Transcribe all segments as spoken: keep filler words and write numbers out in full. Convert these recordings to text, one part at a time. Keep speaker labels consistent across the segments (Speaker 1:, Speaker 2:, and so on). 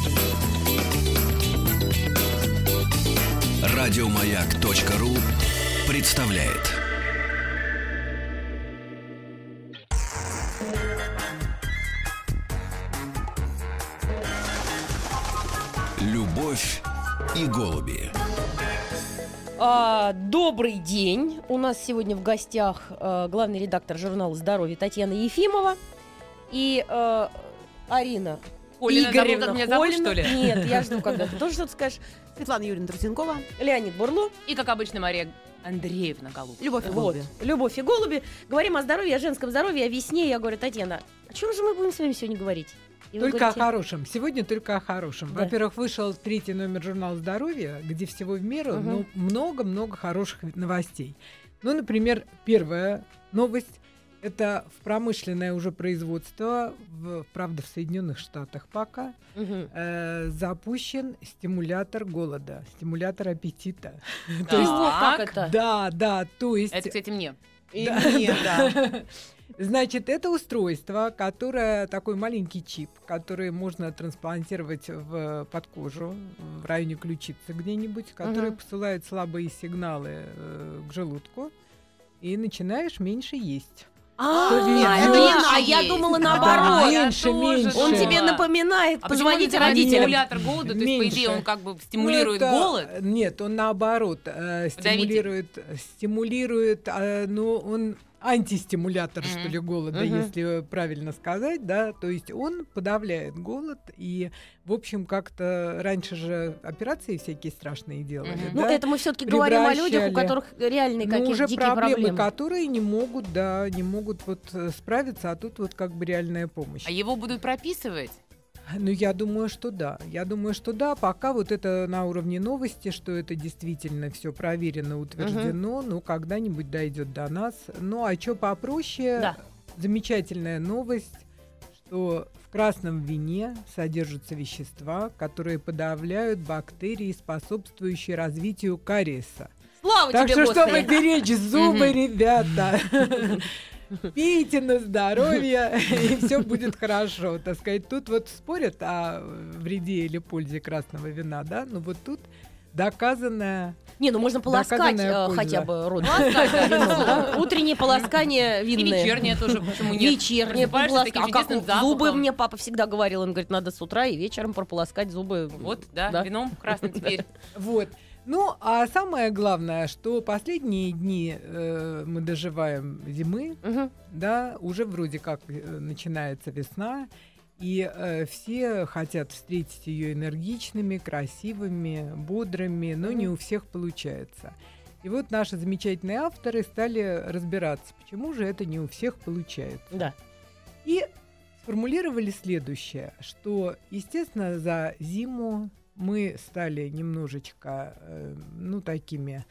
Speaker 1: Радиомаяк.ру представляет. Любовь и голуби.
Speaker 2: А, добрый день. У нас сегодня в гостях а, главный редактор журнала «Здоровье» Татьяна Ефимова и а, Арина
Speaker 3: Холина.
Speaker 2: Игоревна
Speaker 3: Забыл, как меня зовут, что ли?
Speaker 2: Нет, я жду, когда ты тоже что-то скажешь.
Speaker 4: Светлана Юрьевна Трусенкова.
Speaker 2: Леонид Бурло.
Speaker 3: И, как обычно, Мария Андреевна Голуб.
Speaker 4: Любовь и
Speaker 2: Вот.
Speaker 4: голуби.
Speaker 2: Любовь и голуби. Говорим о здоровье, о женском здоровье, о весне. Я говорю, Татьяна, о чем же мы будем с вами сегодня говорить? И вы
Speaker 5: Только
Speaker 2: говорите,
Speaker 5: о хорошем. Сегодня только о хорошем.
Speaker 2: Да.
Speaker 5: Во-первых, вышел третий номер журнала «Здоровье», где всего в миру
Speaker 2: Мгм.
Speaker 5: ну, много-много хороших новостей. Ну, например, первая новость – это в промышленное уже производство, в, правда, в Соединенных Штатах пока,
Speaker 2: Мгм.
Speaker 5: э, запущен стимулятор голода, стимулятор аппетита.
Speaker 3: Так.
Speaker 5: То есть,
Speaker 2: Чего? Как это?
Speaker 5: да, да, то есть...
Speaker 3: Это, кстати, мне.
Speaker 4: И
Speaker 5: Да,
Speaker 4: мне,
Speaker 5: да.
Speaker 4: да.
Speaker 5: Значит, это устройство, которое такой маленький чип, который можно трансплантировать в, под кожу в районе ключицы где-нибудь, который
Speaker 2: Мгм.
Speaker 5: посылает слабые сигналы э, к желудку, и начинаешь меньше есть.
Speaker 2: А,
Speaker 5: Что
Speaker 2: нет,
Speaker 5: видно?
Speaker 2: это не
Speaker 3: Меньше
Speaker 2: на- а я
Speaker 3: есть.
Speaker 2: думала
Speaker 3: Да,
Speaker 2: наоборот.
Speaker 3: я
Speaker 5: меньше,
Speaker 3: тоже
Speaker 5: меньше.
Speaker 2: Он
Speaker 3: думала.
Speaker 2: тебе напоминает,
Speaker 3: А почему
Speaker 2: позвоните
Speaker 3: называется
Speaker 2: родителям.
Speaker 3: стимулятор голода? То есть, по
Speaker 5: Меньше.
Speaker 3: идее, он как бы стимулирует
Speaker 5: Ну, это-
Speaker 3: голод?
Speaker 5: Нет, он наоборот э, стимулирует, стимулирует, э, ну, он антистимулятор,
Speaker 3: Мгм.
Speaker 5: что ли, голода,
Speaker 2: Мгм.
Speaker 5: если правильно сказать, да, то есть он подавляет голод, и, в общем, как-то раньше же операции всякие страшные делали,
Speaker 3: Мгм.
Speaker 2: Ну,
Speaker 5: да?
Speaker 2: это мы все-таки говорим о людях, у
Speaker 5: Превращали.
Speaker 2: которых реальные
Speaker 5: Ну,
Speaker 2: какие-то
Speaker 5: уже
Speaker 2: дикие
Speaker 5: проблемы,
Speaker 2: проблемы.
Speaker 5: которые не могут, да, не могут вот э, справиться, а тут вот как бы реальная помощь.
Speaker 3: А его будут прописывать?
Speaker 5: Ну, я думаю, что да. Я думаю, что да. Пока вот это на уровне новости, что это действительно все проверено, утверждено, но когда-нибудь дойдет до нас. Ну, а что попроще?
Speaker 2: Да.
Speaker 5: Замечательная новость, что в красном вине содержатся вещества, которые подавляют бактерии, способствующие развитию кариеса.
Speaker 2: Слава
Speaker 5: Так
Speaker 2: тебе,
Speaker 5: что, чтобы
Speaker 2: Господи!
Speaker 5: беречь зубы,
Speaker 3: Мгм.
Speaker 5: ребята, пейте на здоровье, и все будет хорошо. Так сказать, тут вот спорят о вреде или пользе красного вина, да? Но вот тут доказанная...
Speaker 2: Не, ну можно полоскать
Speaker 5: Доказанная
Speaker 2: э,
Speaker 5: польза.
Speaker 2: хотя бы рот.
Speaker 3: Полоскать, да,
Speaker 2: Вино,
Speaker 3: безусловно.
Speaker 2: да? Утреннее полоскание
Speaker 3: И
Speaker 2: винное.
Speaker 3: вечернее тоже, почему нет?
Speaker 2: Вечернее
Speaker 3: Просыпаешься
Speaker 2: полоска-
Speaker 3: таким
Speaker 2: А как
Speaker 3: чудесным
Speaker 2: зубы
Speaker 3: запахом.
Speaker 2: мне папа всегда говорил, он говорит, надо с утра и вечером прополоскать зубы.
Speaker 3: Вот, да,
Speaker 2: Да.
Speaker 3: вином красным теперь.
Speaker 5: Вот. Ну, а самое главное, что последние дни э, мы доживаем зимы,
Speaker 2: Мгм.
Speaker 5: да, уже вроде как э, начинается весна, и э, все хотят встретить ее энергичными, красивыми, бодрыми, но не у всех получается. И вот наши замечательные авторы стали разбираться, почему же это не у всех получается.
Speaker 2: Да.
Speaker 5: И сформулировали следующее, что, естественно, за зиму мы стали немножечко, э, ну, такими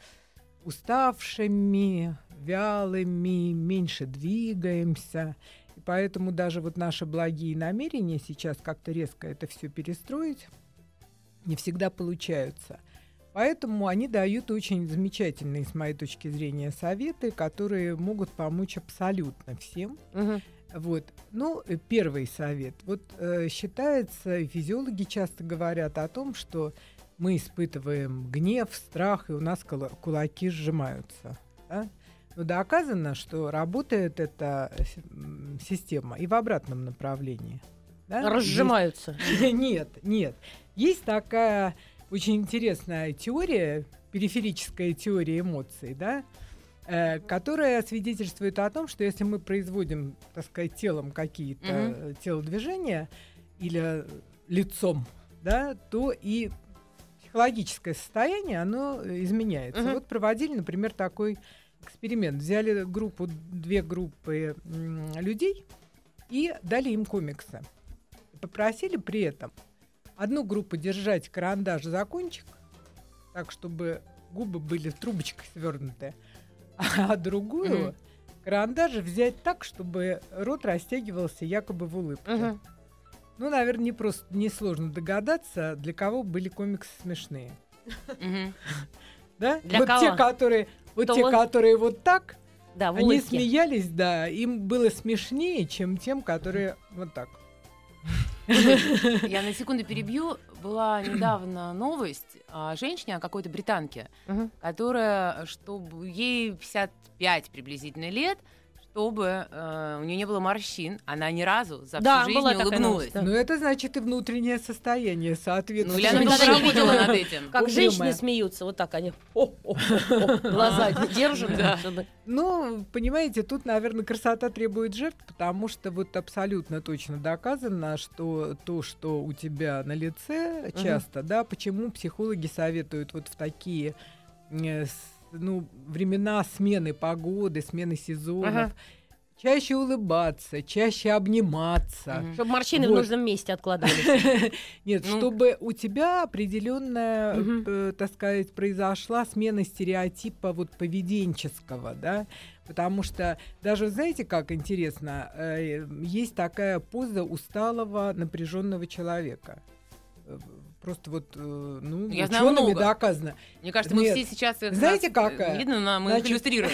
Speaker 5: уставшими, вялыми, меньше двигаемся. И поэтому даже вот наши благие намерения сейчас как-то резко это все перестроить не всегда получаются. Поэтому они дают очень замечательные, с моей точки зрения, советы, которые могут помочь абсолютно всем.
Speaker 2: Мгм.
Speaker 5: Вот. Ну, э, первый совет. Вот э, считается, и физиологи часто говорят о том, что мы испытываем гнев, страх, и у нас кула- кулаки сжимаются. Да? Но доказано, что работает эта э, с- м, система и в обратном направлении. Да?
Speaker 2: Разжимаются.
Speaker 5: Есть- Нет, нет. Есть такая очень интересная теория, периферическая теория эмоций, да, э, которая свидетельствует о том, что если мы производим, так сказать, телом какие-то
Speaker 3: Мгм.
Speaker 5: э, телодвижения или лицом, да, то и психологическое состояние, оно э, изменяется.
Speaker 2: Мгм.
Speaker 5: Вот проводили, например, такой эксперимент. Взяли группу, две группы м, людей и дали им комиксы. Попросили при этом одну группу держать карандаш за кончик, так, чтобы губы были трубочкой свернуты, а другую
Speaker 3: Мгм.
Speaker 5: карандаш взять так, чтобы рот растягивался якобы в улыбке.
Speaker 2: Мгм.
Speaker 5: Ну, наверное, не просто несложно догадаться, для кого были комиксы смешные.
Speaker 3: Мгм.
Speaker 5: Да?
Speaker 2: Для
Speaker 5: вот
Speaker 2: кого?
Speaker 5: те, которые, вот
Speaker 2: Кто
Speaker 5: те,
Speaker 2: вот-
Speaker 5: которые вот так,
Speaker 2: Да, в
Speaker 5: они
Speaker 2: улыбке.
Speaker 5: смеялись, да, им было смешнее, чем тем, которые вот так.
Speaker 3: Я на секунду перебью. Была недавно новость о женщине, о какой-то британке,
Speaker 2: Мгм.
Speaker 3: которая, чтобы ей пятьдесят пять приблизительно лет, чтобы э, у нее не было морщин, она ни разу за
Speaker 2: Да,
Speaker 3: всю жизнь
Speaker 2: была
Speaker 3: не
Speaker 2: такая
Speaker 3: улыбнулась.
Speaker 2: новость, да.
Speaker 5: Ну, это значит и внутреннее состояние
Speaker 3: Ну,
Speaker 5: соответствует.
Speaker 3: или она
Speaker 2: Никогда
Speaker 3: много
Speaker 2: не видела.
Speaker 3: работала над этим.
Speaker 2: Как
Speaker 5: Угрюмая.
Speaker 2: женщины смеются, вот так они о-о-о-о, глаза держат,
Speaker 3: Да.
Speaker 2: чтобы...
Speaker 5: Ну, понимаете, тут, наверное, красота требует жертв, потому что вот абсолютно точно доказано, что то, что у тебя на лице часто, да, почему психологи советуют вот в такие э, с- ну, времена смены погоды, смены сезонов,
Speaker 2: Ага.
Speaker 5: чаще улыбаться, чаще обниматься.
Speaker 3: Мгм.
Speaker 2: Чтобы морщины в
Speaker 5: Вот.
Speaker 2: нужном месте откладывались.
Speaker 5: Нет,
Speaker 3: Ну.
Speaker 5: чтобы у тебя определенная,
Speaker 2: Мгм.
Speaker 5: э, так сказать, произошла смена стереотипа вот поведенческого, да, потому что даже знаете, как интересно, э, есть такая поза усталого, напряженного человека. Э, Просто вот, э, ну,
Speaker 3: Я знаю
Speaker 5: учеными
Speaker 3: много.
Speaker 5: доказано.
Speaker 3: Мне кажется, мы
Speaker 5: Нет.
Speaker 3: все сейчас... их
Speaker 5: Знаете,
Speaker 3: нас, э,
Speaker 5: какая?
Speaker 3: не видно, но мы их
Speaker 5: Значит,
Speaker 3: иллюстрируем.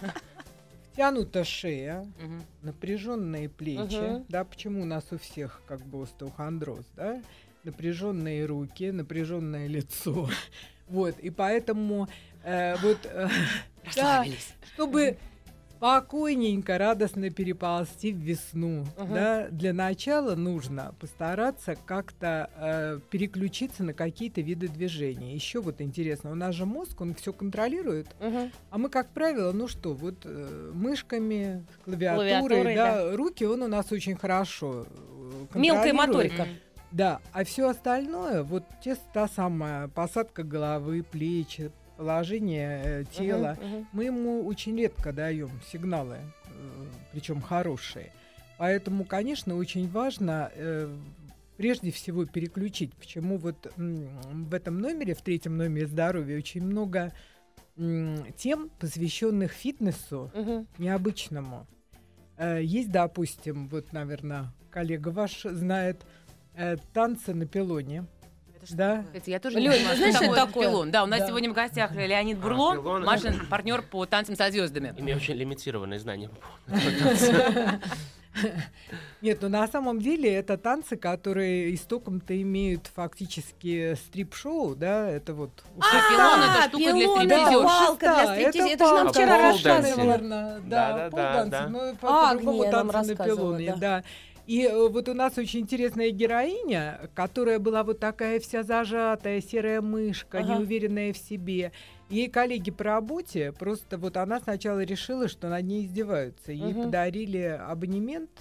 Speaker 5: Втянута шея,
Speaker 3: Мгм.
Speaker 5: напряженные плечи,
Speaker 2: Мгм.
Speaker 5: да, почему у нас у всех как бы остеохондроз, да, напряженные руки, напряженное лицо, вот, и поэтому э, вот, э, да,
Speaker 3: Расслабились.
Speaker 5: чтобы спокойненько, радостно переползти в весну,
Speaker 2: Мгм.
Speaker 5: да, для начала нужно постараться как-то э, переключиться на какие-то виды движения. Еще вот интересно, у нас же мозг, он все контролирует,
Speaker 2: Мгм.
Speaker 5: а мы, как правило, ну что, вот э, мышками, клавиатурой,
Speaker 2: Клавиатурой,
Speaker 5: да, руки он у нас очень хорошо э,
Speaker 2: Мелкая
Speaker 5: контролирует.
Speaker 2: моторика.
Speaker 3: Мгм.
Speaker 5: Да, а все остальное, вот те- та самая посадка головы, плечи, положение э, тела,
Speaker 2: Мгм, мгм.
Speaker 5: мы ему очень редко даем сигналы, причем хорошие. Поэтому, конечно, очень важно э, прежде всего переключить. Почему вот м, в этом номере, в третьем номере здоровья, очень много м, тем, посвященных фитнесу
Speaker 2: Мгм.
Speaker 5: необычному. Э, Есть, допустим, вот, наверное, коллега ваш знает э, танцы на пилоне.
Speaker 3: Это что
Speaker 5: Да.
Speaker 3: такое? Кстати, я тоже
Speaker 2: Лёнь,
Speaker 3: не понимаю,
Speaker 2: ты знаешь,
Speaker 3: что
Speaker 2: что
Speaker 3: такое
Speaker 2: это такое?
Speaker 3: пилон. Да, у нас
Speaker 5: Да.
Speaker 3: сегодня в гостях Леонид
Speaker 4: А,
Speaker 3: Бурлон,
Speaker 4: пилон.
Speaker 3: Машин партнер по танцам со звездами.
Speaker 4: Имею очень лимитированные знания.
Speaker 5: Нет, ну на самом деле это танцы, которые истоком-то имеют фактически стрип-шоу, да, это вот...
Speaker 3: А, пилон — это штука для
Speaker 2: пилон,
Speaker 3: стриптизерш.
Speaker 2: это палка для
Speaker 5: Да,
Speaker 2: стриптизерш.
Speaker 5: это
Speaker 2: Это же нам
Speaker 5: палка.
Speaker 2: вчера
Speaker 4: Пол
Speaker 2: рассказывали.
Speaker 4: дансинг.
Speaker 5: наверное, да,
Speaker 4: Да-да-да,
Speaker 5: полданцы,
Speaker 4: да.
Speaker 5: но
Speaker 2: А,
Speaker 5: по-другому
Speaker 2: Агния нам
Speaker 5: танцы на
Speaker 2: рассказывала,
Speaker 5: пилоне,
Speaker 2: да.
Speaker 5: да. И э, вот у нас очень интересная героиня, которая была вот такая вся зажатая, серая мышка,
Speaker 2: Ага.
Speaker 5: неуверенная в себе. Ей коллеги по работе, просто вот она сначала решила, что над ней издеваются. Ей
Speaker 2: Мгм.
Speaker 5: подарили абонемент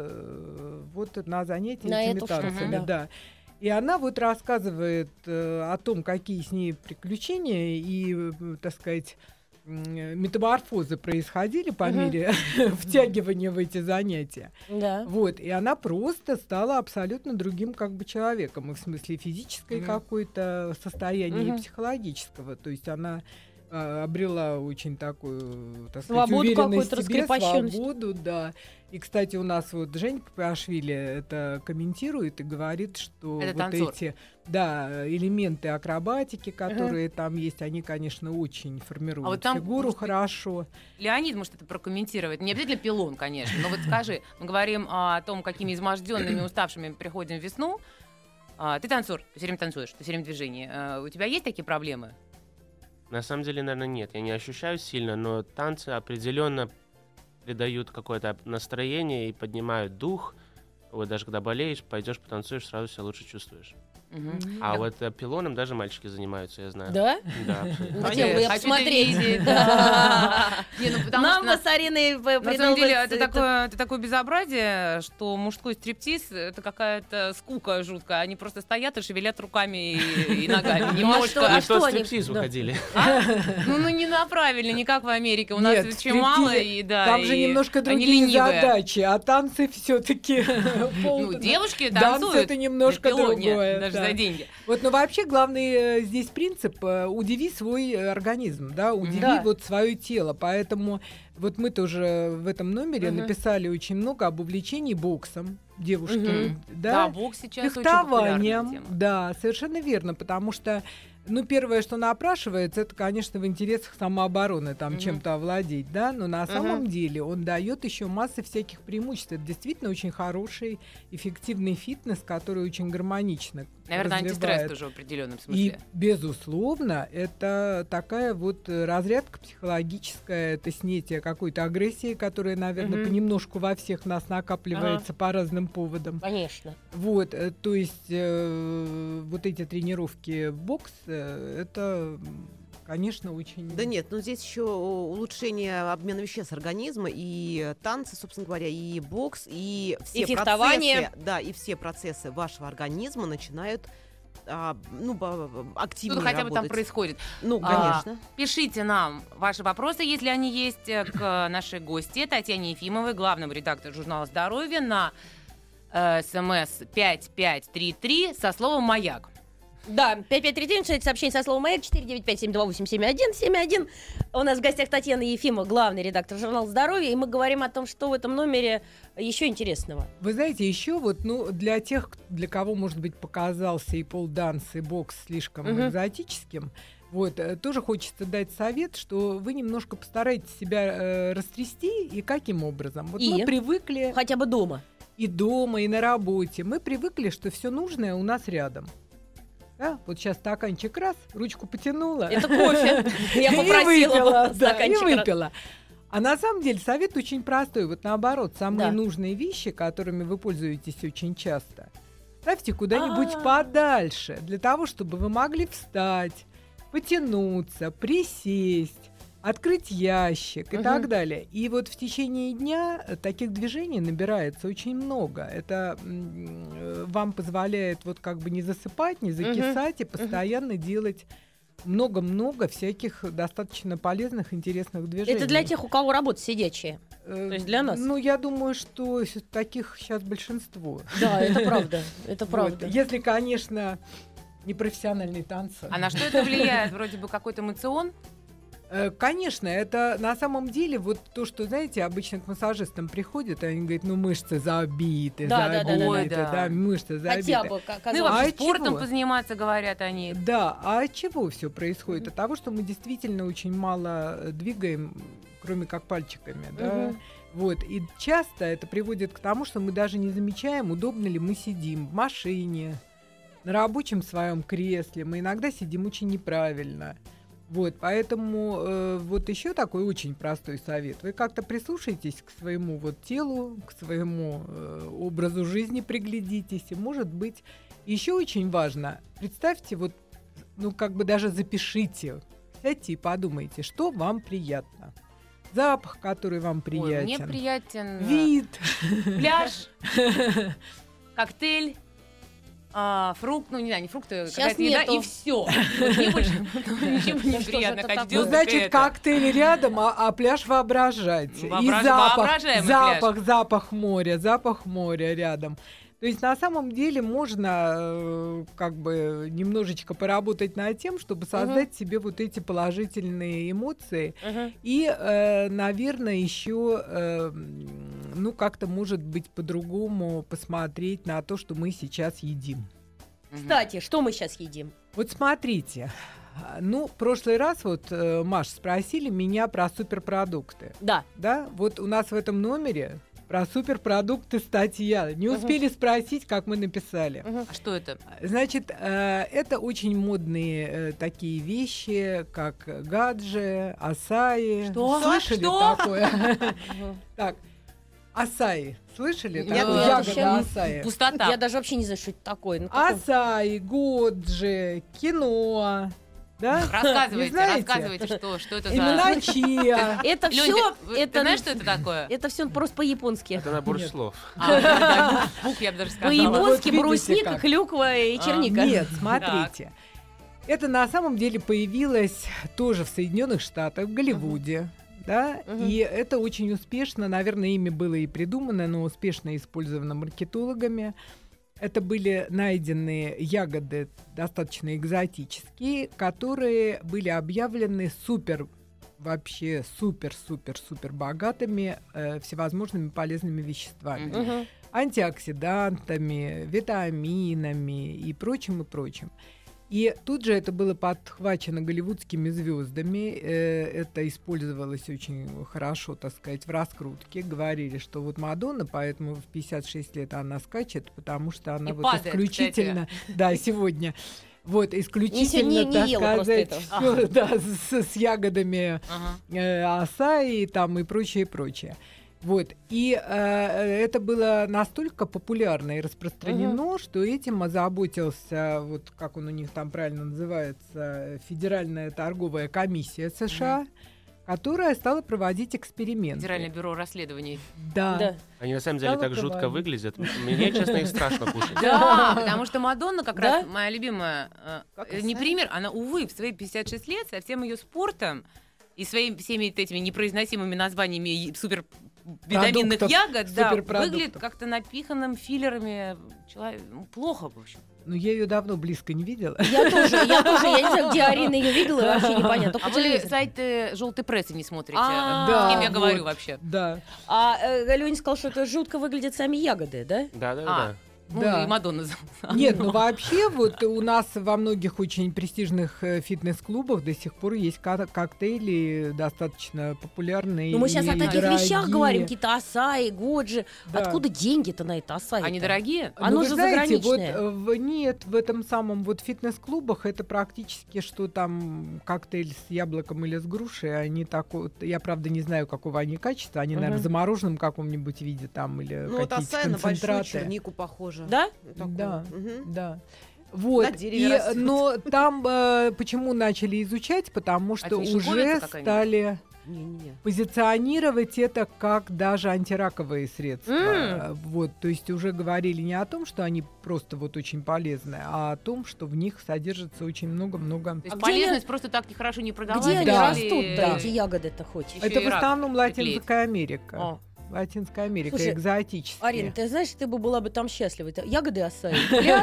Speaker 5: э, вот на занятия
Speaker 2: На
Speaker 5: этими
Speaker 2: эту штуку,
Speaker 5: танцами.
Speaker 2: да.
Speaker 5: Да. И она вот рассказывает э, о том, какие с ней приключения и, э, так сказать, м, метаморфозы происходили по
Speaker 2: Мгм.
Speaker 5: мере втягивания в эти занятия.
Speaker 2: Да.
Speaker 5: Вот, и она просто стала абсолютно другим как бы человеком, и в смысле физической
Speaker 3: Мгм.
Speaker 5: какой-то состояния и
Speaker 2: Мгм.
Speaker 5: психологического. То есть она а, обрела очень такую, так сказать,
Speaker 2: Свободу
Speaker 5: уверенность
Speaker 2: какую-то,
Speaker 5: в себе,
Speaker 2: раскрепощенность.
Speaker 5: свободу, да. И, кстати, у нас вот Женя Папиашвили это комментирует и говорит, что
Speaker 3: Это
Speaker 5: вот
Speaker 3: танцор.
Speaker 5: эти, да, элементы акробатики, которые там есть, они, конечно, очень формируют
Speaker 3: А вот там,
Speaker 5: фигуру
Speaker 3: может быть,
Speaker 5: хорошо.
Speaker 3: Леонид может это прокомментировать. Не обязательно пилон, конечно. Но вот скажи, мы говорим о том, какими изможденными, уставшими приходим в весну. А, ты танцор, ты все время танцуешь, ты все время в движении. А, у тебя есть такие проблемы?
Speaker 4: На самом деле, наверное, нет. Я не ощущаю сильно, но танцы определенно придают какое-то настроение и поднимают дух. Вот даже когда болеешь, пойдешь потанцуешь, сразу себя лучше чувствуешь.
Speaker 3: Мгм.
Speaker 4: А вот э, пилоном даже мальчики занимаются, я знаю.
Speaker 2: Да?
Speaker 4: Да, абсолютно.
Speaker 2: Хотела бы я
Speaker 3: Хочу
Speaker 2: посмотреть.
Speaker 3: это видеть, да. Не, ну потому
Speaker 2: Нам
Speaker 3: что
Speaker 2: бы с Ариной п-
Speaker 3: на самом деле
Speaker 2: придалось
Speaker 3: это такое, это такое безобразие, что мужской стриптиз — это какая-то скука жуткая. Они просто стоят и шевелят руками и, и ногами. Немножко.
Speaker 2: что- а
Speaker 4: Мы в тот
Speaker 2: что они-
Speaker 4: стриптиз
Speaker 2: да.
Speaker 4: выходили.
Speaker 3: А? Ну, ну не направили, не как в Америке. У нас
Speaker 5: Нет,
Speaker 3: очень
Speaker 5: стриптизе-
Speaker 3: мало, и да.
Speaker 5: Там же
Speaker 3: и
Speaker 5: немножко
Speaker 3: они
Speaker 5: другие
Speaker 3: ленивые.
Speaker 5: задачи, а танцы все-таки
Speaker 3: Ну, девушки
Speaker 5: Танцы
Speaker 3: танцуют.
Speaker 5: это немножко
Speaker 3: на пилоне,
Speaker 5: другое.
Speaker 3: даже
Speaker 5: да.
Speaker 3: за деньги.
Speaker 5: Вот, но вообще главный э, здесь принцип э, удиви свой э, организм, да, удиви
Speaker 2: Да.
Speaker 5: вот свое тело. Поэтому вот мы тоже в этом номере
Speaker 2: Мгм.
Speaker 5: написали очень много об увлечении боксом девушки,
Speaker 2: Мгм.
Speaker 3: Да,
Speaker 5: да,
Speaker 3: бокс сейчас очень популярная
Speaker 5: фехтованием,
Speaker 3: тема.
Speaker 5: да, совершенно верно, потому что Ну, первое, что напрашивается, это, конечно, в интересах самообороны, там,
Speaker 3: Мгм.
Speaker 5: чем-то овладеть, да, но на
Speaker 3: Мгм.
Speaker 5: самом деле он дает еще массы всяких преимуществ. Это действительно очень хороший, эффективный фитнес, который очень гармонично
Speaker 3: Наверное, антистресс
Speaker 5: развивает.
Speaker 3: тоже в определенном
Speaker 5: И,
Speaker 3: смысле.
Speaker 5: безусловно, это такая вот э, разрядка психологическая, это снятие какой-то агрессии, которая, наверное,
Speaker 2: Мгм.
Speaker 5: понемножку во всех нас накапливается по разным поводам.
Speaker 2: Конечно.
Speaker 5: Вот, э, то есть э, вот эти тренировки бокс, э, это, м, конечно, очень...
Speaker 6: Да нет, но здесь еще улучшение обмена веществ организма, и танцы, собственно говоря, и бокс, и все
Speaker 2: И фехтование.
Speaker 6: процессы, да, и все процессы вашего организма начинают а, ну, б- б- активнее
Speaker 3: Что хотя бы там
Speaker 6: работать.
Speaker 3: происходит.
Speaker 6: Ну,
Speaker 3: А,
Speaker 6: конечно.
Speaker 3: Пишите нам ваши вопросы, если они есть, э, к нашей гости Татьяне Ефимовой, главному редактору журнала «Здоровье», на э, смс пять пять три три со словом «Маяк».
Speaker 2: Да, пять пять три три, начинайте сообщение со словом «Маяк», четыре девять пять семь два восемь семь один семь один. У нас в гостях Татьяна Ефимова, главный редактор журнала «Здоровье», и мы говорим о том, что в этом номере еще интересного.
Speaker 5: Вы знаете, еще вот, ну, для тех, для кого, может быть, показался и полданс, и бокс слишком
Speaker 2: Мгм.
Speaker 5: экзотическим, вот, э, тоже хочется дать совет, что вы немножко постарайтесь себя э, растрясти, и каким образом? Вот
Speaker 2: И?
Speaker 5: мы привыкли
Speaker 2: Хотя бы дома.
Speaker 5: и дома, и на работе, мы привыкли, что все нужное у нас рядом. Да? Вот сейчас стаканчик раз, ручку потянула.
Speaker 2: Это кофе. Я
Speaker 5: И
Speaker 2: попросила
Speaker 5: выпила, да, и
Speaker 2: стаканчик.
Speaker 5: выпила. А на самом деле совет очень простой. Вот наоборот, самые
Speaker 2: Да.
Speaker 5: нужные вещи, которыми вы пользуетесь очень часто, ставьте куда-нибудь
Speaker 2: А.
Speaker 5: подальше, для того, чтобы вы могли встать, потянуться, присесть, открыть ящик и
Speaker 2: Мгм.
Speaker 5: так далее. И вот в течение дня э, таких движений набирается очень много. Это м, э, вам позволяет вот как бы не засыпать, не закисать и постоянно делать много-много всяких достаточно полезных, интересных движений.
Speaker 2: Это для тех, у кого работа сидячая.
Speaker 5: Э,
Speaker 2: то есть для нас?
Speaker 5: Ну, я думаю, что с- таких сейчас большинство.
Speaker 2: Да, это правда. Это
Speaker 5: Вот.
Speaker 2: правда.
Speaker 5: Если, конечно, не профессиональный танцы.
Speaker 3: А на что это влияет? Вроде бы какой-то эмоцион?
Speaker 5: Э, Конечно, это на самом деле вот то, что, знаете, обычно к массажистам приходят, и они говорят, ну мышцы забиты,
Speaker 2: Да, да, да, да,
Speaker 5: забиты,
Speaker 3: да.
Speaker 5: да, мышцы забиты.
Speaker 2: Хотя бы, как
Speaker 3: Ну и
Speaker 2: казалось.
Speaker 3: вообще
Speaker 5: А
Speaker 3: спортом
Speaker 5: чего?
Speaker 3: позаниматься, говорят они.
Speaker 5: Да, а от чего все происходит? От того, что мы действительно очень мало э, двигаем, кроме как пальчиками, да.
Speaker 2: Мгм.
Speaker 5: Вот, и часто это приводит к тому, что мы даже не замечаем, удобно ли мы сидим в машине, на рабочем своем кресле. Мы иногда сидим очень неправильно. Вот, поэтому э, вот еще такой очень простой совет. Вы как-то прислушайтесь к своему вот телу, к своему э, образу жизни, приглядитесь. И, может быть, еще очень важно, представьте, вот, ну, как бы даже запишите, сядьте и подумайте, что вам приятно. Запах, который вам
Speaker 3: Ой, мне
Speaker 5: приятен.
Speaker 3: приятен э,
Speaker 5: Вид.
Speaker 3: пляж, коктейль, а, фрукт, ну не знаю, не фрукты,
Speaker 2: Сейчас
Speaker 3: какая-то еда,
Speaker 2: нету.
Speaker 3: и все. Мне больше ничего не
Speaker 2: Ну что ж
Speaker 3: приятно.
Speaker 2: это
Speaker 3: хочу
Speaker 2: такое?
Speaker 5: Ну,
Speaker 3: делать
Speaker 5: значит,
Speaker 3: только это.
Speaker 5: коктейль рядом, а, а пляж воображать. И
Speaker 3: Воображ-
Speaker 5: запах,
Speaker 3: воображаемый
Speaker 5: запах, запах моря, запах моря рядом. То есть на самом деле можно э, как бы немножечко поработать над тем, чтобы создать себе вот эти положительные эмоции.
Speaker 2: Мгм.
Speaker 5: И, э, наверное, еще, э, м, ну, как-то, может быть, по-другому посмотреть на то, что мы сейчас едим.
Speaker 3: Мгм.
Speaker 2: Кстати, что мы сейчас едим?
Speaker 5: Вот смотрите. а, Ну, в прошлый раз вот, э, Маш, спросили меня про суперпродукты.
Speaker 2: Да.
Speaker 5: Да, вот у нас в этом номере про суперпродукты статья. Не успели спросить, как мы написали.
Speaker 3: А что это?
Speaker 5: Значит, э, это очень модные э, такие вещи, как гаджи, асаи.
Speaker 3: Что?
Speaker 5: Слышали
Speaker 3: Что?
Speaker 5: такое?
Speaker 2: Мгм.
Speaker 5: Так, асаи. Слышали?
Speaker 2: Нет,
Speaker 5: такое?
Speaker 2: нет,
Speaker 5: Ягода
Speaker 2: вообще
Speaker 5: асаи.
Speaker 3: Пустота.
Speaker 2: Я даже вообще не знаю, что это такое. Ну, какой-
Speaker 5: Асаи, годжи, киноа. Да? Не
Speaker 3: Рассказывайте,
Speaker 5: знаете?
Speaker 3: рассказывайте, что, что это за...
Speaker 5: Имена чиа.
Speaker 2: Это
Speaker 3: Лёнь,
Speaker 2: все.
Speaker 3: ты- ты
Speaker 2: Это
Speaker 3: знаешь, что это такое?
Speaker 2: Это все просто по-японски.
Speaker 4: Это набор
Speaker 5: Нет.
Speaker 4: слов.
Speaker 3: А, да, да, бук, я бы даже сказала.
Speaker 5: Вот
Speaker 2: По-японски
Speaker 5: видите
Speaker 2: брусника,
Speaker 5: как.
Speaker 2: клюква и
Speaker 3: А,
Speaker 2: черника.
Speaker 5: Нет, смотрите. Это на самом деле появилось тоже в Соединенных Штатах, в Голливуде. Да?
Speaker 2: Мгм.
Speaker 5: И это очень успешно, наверное, ими было и придумано, но успешно использовано маркетологами. Это были найденные ягоды достаточно экзотические, которые были объявлены супер, вообще супер-супер-супер богатыми э, всевозможными полезными веществами.
Speaker 3: Мгм.
Speaker 2: Мгм.
Speaker 5: Антиоксидантами, витаминами и прочим, и прочим. И тут же это было подхвачено голливудскими звездами. Э, это использовалось очень хорошо, так сказать, в раскрутке. Говорили, что вот Мадонна, поэтому в пятьдесят шесть лет она скачет, потому что она
Speaker 3: И
Speaker 5: вот
Speaker 3: падает,
Speaker 5: исключительно... Да, сегодня... Вот, исключительно,
Speaker 2: Не- не-
Speaker 5: так
Speaker 2: не ела просто
Speaker 5: сказать,
Speaker 2: этого.
Speaker 5: всё, да, с, с ягодами
Speaker 3: Ага.
Speaker 5: э, асаи там и прочее, прочее. Вот. И э, это было настолько популярно и распространено, что этим озаботился, вот как он у них там правильно называется, Федеральная торговая комиссия США, которая стала проводить эксперименты.
Speaker 3: Федеральное бюро расследований.
Speaker 5: Да.
Speaker 2: Да.
Speaker 4: Они на самом деле
Speaker 5: Стало
Speaker 4: так жутко
Speaker 5: проводить.
Speaker 4: выглядят. Мне, честно, их страшно кушать.
Speaker 3: Да, потому что Мадонна как
Speaker 2: Да?
Speaker 3: раз моя любимая, э,
Speaker 6: Как
Speaker 3: э, не
Speaker 6: Асай?
Speaker 3: пример, она, увы, в свои пятьдесят шесть лет со всем ее спортом и своими всеми этими непроизносимыми названиями и супер витаминных
Speaker 5: Продуктов,
Speaker 3: ягод, да,
Speaker 5: суперпродуктов.
Speaker 3: выглядит как-то напиханным филлерами. Человек, ну, плохо, в общем.
Speaker 5: Но я ее давно близко не видела.
Speaker 2: Я тоже, я тоже, я не знаю, где Арина ее видела, вообще непонятно. Только
Speaker 3: А
Speaker 2: по
Speaker 3: вы
Speaker 2: телевизору.
Speaker 3: сайты желтой прессы не смотрите?
Speaker 2: А,
Speaker 3: С кем я
Speaker 5: вот.
Speaker 3: говорю вообще?
Speaker 5: Да.
Speaker 2: А э, Леня сказал, что это жутко выглядят сами ягоды, да?
Speaker 4: Да, да,
Speaker 3: А.
Speaker 4: да.
Speaker 3: Ну,
Speaker 5: Да.
Speaker 3: и Мадонна.
Speaker 5: Нет, ну вообще вот у нас во многих очень престижных э, фитнес-клубах до сих пор есть ка- коктейли достаточно популярные.
Speaker 2: Ну мы сейчас
Speaker 5: и
Speaker 2: о таких
Speaker 5: дорогие.
Speaker 2: вещах говорим, какие-то асаи, годжи.
Speaker 5: Да.
Speaker 2: Откуда деньги-то на это асаи?
Speaker 3: Они дорогие?
Speaker 5: Ну,
Speaker 2: Оно
Speaker 5: вы
Speaker 2: же
Speaker 5: знаете, вот,
Speaker 2: заграничное.
Speaker 5: э, в, нет, в этом самом вот фитнес-клубах это практически что там коктейль с яблоком или с грушей. Они такой, я правда не знаю, какого они качества. Они, наверное,
Speaker 2: Мгм.
Speaker 5: в замороженном каком-нибудь виде там или
Speaker 6: Ну, вот
Speaker 5: какие-то
Speaker 6: асай на большую
Speaker 5: концентраты.
Speaker 6: чернику похоже.
Speaker 2: Да?
Speaker 6: Такое.
Speaker 5: Да.
Speaker 6: Мгм.
Speaker 5: Да. Вот.
Speaker 6: На дереве
Speaker 5: И,
Speaker 6: растёт.
Speaker 5: но там э, почему начали изучать? Потому что
Speaker 3: это не
Speaker 5: уже
Speaker 3: шелковица какая-нибудь?
Speaker 5: стали
Speaker 6: Не-не-не.
Speaker 5: позиционировать это как даже антираковые средства.
Speaker 2: М.
Speaker 5: Вот, то есть уже говорили не о том, что они просто вот очень полезны, а о том, что в них содержится очень много-много.
Speaker 3: То есть
Speaker 2: А где
Speaker 3: полезность просто так и хорошо не продавать.
Speaker 2: Где они
Speaker 5: Да.
Speaker 2: растут-то,
Speaker 5: Да.
Speaker 2: эти ягоды-то хоть?
Speaker 3: Ещё
Speaker 5: Это
Speaker 3: и
Speaker 5: в
Speaker 3: рак
Speaker 5: основном
Speaker 3: приклеить.
Speaker 5: Латинская Америка.
Speaker 2: О.
Speaker 5: Латинская Америка,
Speaker 2: Слушай,
Speaker 5: экзотические.
Speaker 2: Арина, ты знаешь, ты бы была бы там счастлива. Это ягоды асаи, пляж,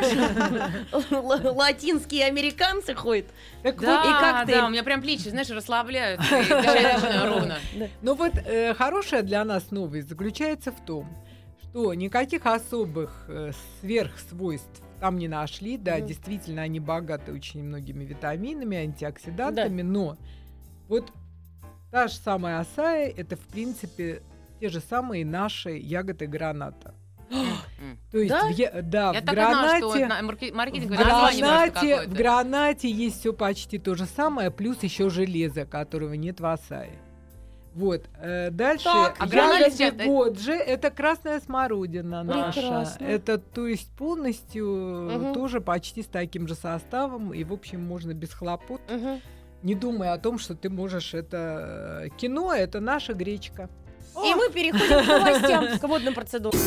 Speaker 2: л- латинские американцы ходят.
Speaker 5: Так
Speaker 3: Да,
Speaker 5: вот,
Speaker 2: и коктейль.
Speaker 3: да, у меня прям плечи, знаешь, расслабляются. И дышать начинаю ровно.
Speaker 5: ну вот э, хорошая для нас новость заключается в том, что никаких особых э, сверхсвойств там не нашли. Да,
Speaker 2: Мгм.
Speaker 5: действительно, они богаты очень многими витаминами, антиоксидантами, но вот та же самая асаи, это, в принципе, те же самые наши ягоды граната.
Speaker 3: М.
Speaker 5: То есть,
Speaker 2: Да?
Speaker 5: в, я- да,
Speaker 3: Я
Speaker 5: в
Speaker 3: так и знала, что
Speaker 5: гранате...
Speaker 3: на- марке-
Speaker 5: В
Speaker 3: маркетинговое название просто
Speaker 5: гранате, в
Speaker 3: какое-то.
Speaker 5: гранате есть все почти то же самое, плюс еще железо, которого нет в асае. Вот. э, дальше
Speaker 2: Так,
Speaker 3: а гранат
Speaker 5: ягоды
Speaker 3: сейчас-
Speaker 5: годжи — это красная смородина наша.
Speaker 2: Прекрасно.
Speaker 5: Это, то есть, полностью э,
Speaker 2: Мгм.
Speaker 5: тоже почти с таким же составом, и, в общем, можно без хлопот,
Speaker 2: Мгм.
Speaker 5: не думая о том, что ты можешь это... э, Кино — это наша гречка.
Speaker 2: И мы переходим к новостям, к водным процедурам.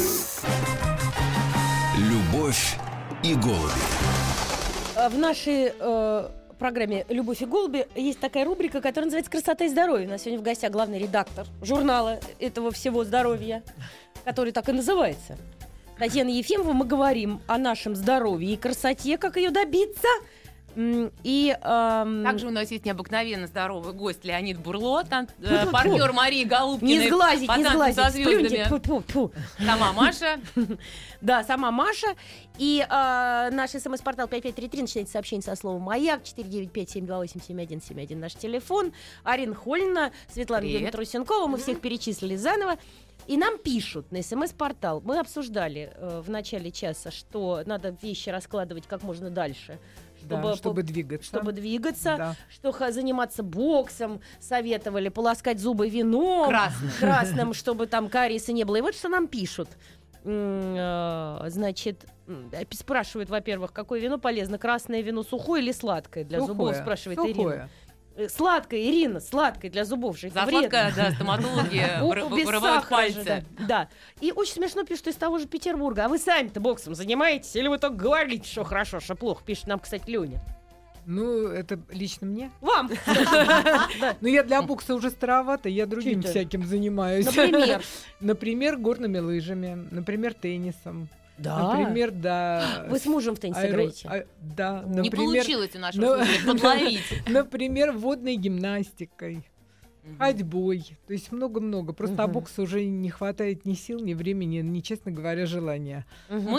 Speaker 1: Любовь и голуби.
Speaker 2: А, В нашей э, программе «Любовь и голуби» есть такая рубрика, которая называется «Красота и здоровье». У нас сегодня в гостях главный редактор журнала этого всего здоровья, который так и называется. Татьяна Ефимова. Мы говорим о нашем здоровье и красоте, как ее добиться. М, И эм,
Speaker 3: Также у нас есть необыкновенно здоровый гость Леонид Бурло, тан- э, партнер Марии Голубкиной.
Speaker 2: не сглазить,
Speaker 3: по
Speaker 2: не
Speaker 3: танцу
Speaker 2: сглазить.
Speaker 3: со
Speaker 2: Сплюньте.
Speaker 3: звездами.
Speaker 2: Тьфу-тьфу-тьфу.
Speaker 3: Сама Маша.
Speaker 2: Да, сама Маша. И э, наш смс-портал пять пять три три. Начинайте сообщение со словом «Маяк». четыре девять пять семь два восемь семь один семь один наш телефон. Арина Хольна, Светлана
Speaker 3: Привет.
Speaker 2: Юрьевна Трусенкова. Мы всех перечислили заново. И нам пишут на смс-портал. Мы обсуждали э, в начале часа, что надо вещи раскладывать как можно дальше.
Speaker 5: Да,
Speaker 2: Чтобы,
Speaker 5: чтобы
Speaker 2: по-
Speaker 5: двигаться.
Speaker 2: чтобы двигаться,
Speaker 5: Да.
Speaker 2: что ха- заниматься боксом советовали, полоскать зубы вином
Speaker 3: Красным.
Speaker 2: красным, чтобы там кариеса не было. И вот что нам пишут. М, э, Значит, м, э, спрашивают, во-первых, какое вино полезно, красное вино сухое или сладкое для зубов,
Speaker 5: Сухое,
Speaker 2: спрашивает
Speaker 5: сухое.
Speaker 2: Ирина. Э, Сладкое, Ирина, сладкое для зубов же. это
Speaker 3: За
Speaker 2: вредно.
Speaker 3: сладкое, да, стоматологи
Speaker 2: У-
Speaker 3: выр-
Speaker 2: у- без
Speaker 3: вырывают
Speaker 2: сахара же,
Speaker 3: пальцы.
Speaker 2: да. Да. И очень смешно пишут из того же Петербурга. А вы сами-то боксом занимаетесь? Или вы только говорите, что хорошо, что плохо? Пишет нам, кстати, Леня.
Speaker 5: Ну, это лично мне.
Speaker 2: Вам.
Speaker 5: Но я для бокса уже старовата, я другим
Speaker 2: это?
Speaker 5: всяким занимаюсь.
Speaker 2: Например.
Speaker 5: Например, горными лыжами, например, теннисом.
Speaker 2: Да.
Speaker 5: Например, да.
Speaker 2: Вы с мужем в теннис
Speaker 5: аэро-
Speaker 2: играете?
Speaker 5: а- Да,
Speaker 3: Не
Speaker 5: например,
Speaker 3: получилось у нашего
Speaker 5: ну-
Speaker 3: слушателя подловить.
Speaker 5: например, водной гимнастикой, ходьбой. То есть много-много. Просто
Speaker 2: Мгм.
Speaker 5: о боксе уже не хватает ни сил, ни времени, ни, честно говоря, желания.
Speaker 2: Мгм.
Speaker 3: Мы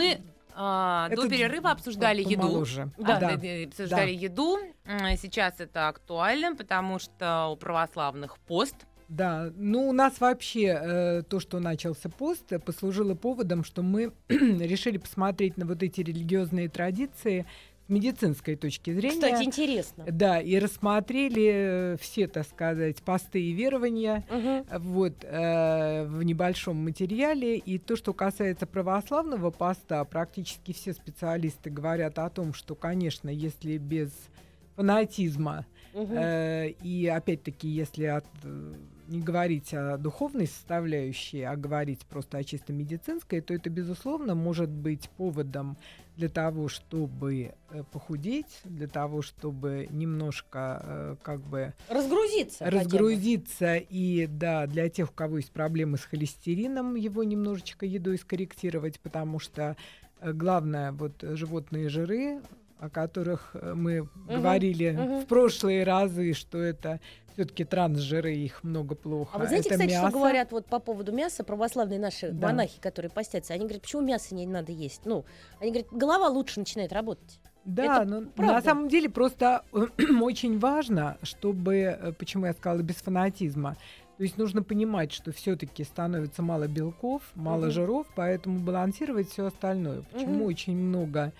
Speaker 3: А,
Speaker 5: Это
Speaker 3: до перерыва обсуждали еду.
Speaker 5: помоложе.
Speaker 3: Да,
Speaker 5: Да.
Speaker 3: да, да, обсуждали еду. М, Сейчас это актуально, потому что у православных пост.
Speaker 5: Да, ну у нас вообще э, то, что начался пост, э, послужило поводом, что мы решили посмотреть на вот эти религиозные традиции с медицинской точки зрения.
Speaker 2: Кстати, интересно.
Speaker 5: Да, и рассмотрели э, все, так сказать, посты и верования
Speaker 2: Мгм.
Speaker 5: вот, э, в небольшом материале. И то, что касается православного поста, практически все специалисты говорят о том, что, конечно, если без фанатизма,
Speaker 2: Мгм.
Speaker 5: Э, и опять-таки, если от, э, не говорить о духовной составляющей, а говорить просто о чисто медицинской, то это, безусловно, может быть поводом для того, чтобы э, похудеть, для того, чтобы немножко э, как бы
Speaker 2: Разгрузиться. хотя бы.
Speaker 5: разгрузиться, и да, для тех, у кого есть проблемы с холестерином, его немножечко едой скорректировать, потому что э, главное, вот э, животные жиры, о которых э, мы говорили
Speaker 2: мгм.
Speaker 5: в прошлые разы, что это все-таки трансжиры, их много плохо.
Speaker 2: А вы знаете,
Speaker 5: это
Speaker 2: кстати,
Speaker 5: мясо.
Speaker 2: что говорят вот по поводу мяса православные наши
Speaker 5: Да.
Speaker 2: монахи, которые постятся? Они говорят, почему мясо не надо есть? Ну, они говорят, голова лучше начинает работать.
Speaker 5: Да,
Speaker 2: Это
Speaker 5: но
Speaker 2: правда.
Speaker 5: на самом деле просто очень важно, чтобы, э, почему я сказала, без фанатизма. То есть нужно понимать, что все-таки становится мало белков, мало
Speaker 2: Мгм.
Speaker 5: жиров, поэтому балансировать все остальное. Почему
Speaker 2: Мгм.
Speaker 5: очень много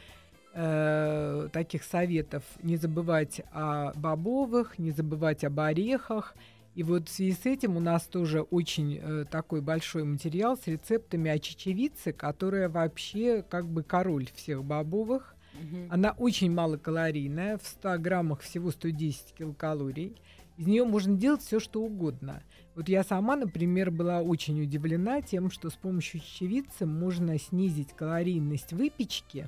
Speaker 5: э, таких советов: не забывать о бобовых, не забывать об орехах. И вот в связи с этим у нас тоже очень э, такой большой материал с рецептами о чечевице, которая вообще как бы король всех бобовых. Она очень малокалорийная, в ста граммах всего сто десять килокалорий. Из нее можно делать все, что угодно. Вот я сама, например, была очень удивлена тем, что с помощью чечевицы можно снизить калорийность выпечки,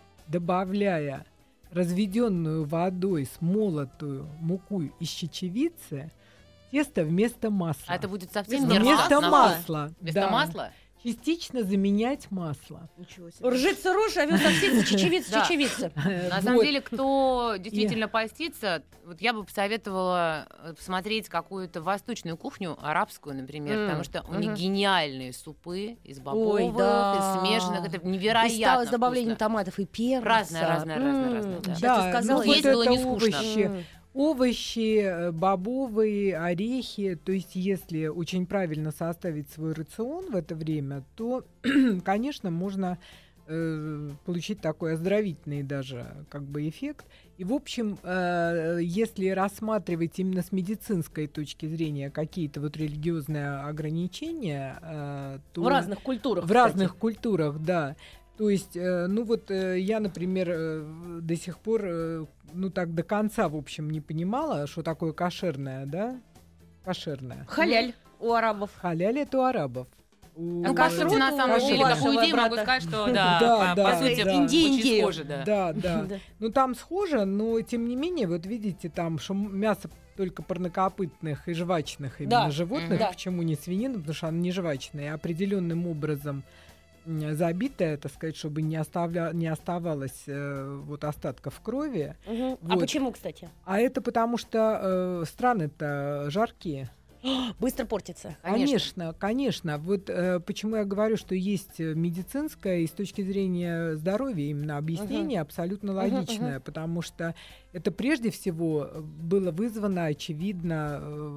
Speaker 5: добавляя разведенную водой смолотую муку из чечевицы в тесто вместо масла.
Speaker 3: А это будет совсем
Speaker 2: Вместо
Speaker 3: не
Speaker 5: Вместо
Speaker 3: масло?
Speaker 5: масла.
Speaker 3: Вместо
Speaker 5: да.
Speaker 3: масла?
Speaker 5: Частично заменять масло.
Speaker 6: Ничего себе.
Speaker 2: Ржется рожь, овес овсится, чечевица,
Speaker 3: Да.
Speaker 2: чечевица.
Speaker 3: На
Speaker 5: Вот.
Speaker 3: самом деле, кто действительно постится, вот я бы посоветовала э, посмотреть какую-то восточную кухню, арабскую, например,
Speaker 2: М,
Speaker 3: потому что у них
Speaker 2: мгм.
Speaker 3: гениальные супы из бобовых,
Speaker 2: Ой, да.
Speaker 3: из смешанных, это
Speaker 2: И
Speaker 3: невероятно
Speaker 2: стало с добавлением
Speaker 3: вкусно.
Speaker 2: томатов и перца.
Speaker 3: Разное, разное, разное,
Speaker 2: М,
Speaker 3: разное, да.
Speaker 2: Сейчас
Speaker 5: Да,
Speaker 2: ты сказала,
Speaker 5: ну
Speaker 3: есть
Speaker 5: вот
Speaker 3: было
Speaker 5: это
Speaker 3: не скучно.
Speaker 5: овощи.
Speaker 2: М.
Speaker 5: Овощи, э, бобовые, орехи. То есть, если очень правильно составить свой рацион в это время, то, конечно, можно э, получить такой оздоровительный даже как бы эффект. И, в общем, э, если рассматривать именно с медицинской точки зрения какие-то вот религиозные ограничения, э, то
Speaker 2: В разных культурах.
Speaker 5: в
Speaker 2: кстати.
Speaker 5: разных культурах, да. То есть, э, ну вот э, я, например, э, до сих пор, э, ну так до конца, в общем, не понимала, что такое кошерное, да? Кошерное.
Speaker 2: Халяль у арабов.
Speaker 5: Халяль это у арабов. У-
Speaker 3: Ну,
Speaker 2: А
Speaker 3: кстати,
Speaker 2: кашрут
Speaker 3: на
Speaker 2: у
Speaker 3: самом деле,
Speaker 2: вашего
Speaker 3: как у идеи, могу
Speaker 2: брата.
Speaker 3: сказать, что
Speaker 5: Да,
Speaker 3: да, по-
Speaker 5: да,
Speaker 3: по сути,
Speaker 5: да.
Speaker 3: очень
Speaker 2: Индия.
Speaker 3: схожи, да.
Speaker 5: Да, да.
Speaker 2: Да.
Speaker 5: Ну там схоже, но тем не менее, вот видите, там что м- мясо только парнокопытных и жвачных именно
Speaker 2: Да,
Speaker 5: животных,
Speaker 3: мгм.
Speaker 2: Да.
Speaker 5: почему не свинина, потому что она не жвачная, определенным образом м, забитая, так сказать, чтобы не, оставля... не оставалось э, вот остатков крови.
Speaker 2: Мгм. А
Speaker 5: Вот.
Speaker 2: почему, кстати?
Speaker 5: А это потому что э, страны-то жаркие.
Speaker 2: Быстро портится.
Speaker 3: Конечно.
Speaker 5: Конечно, конечно. Вот э, почему я говорю, что есть э, медицинское и с точки зрения здоровья именно объяснение абсолютно
Speaker 2: Мгм,
Speaker 5: логичное, потому что это прежде всего э, было вызвано, очевидно,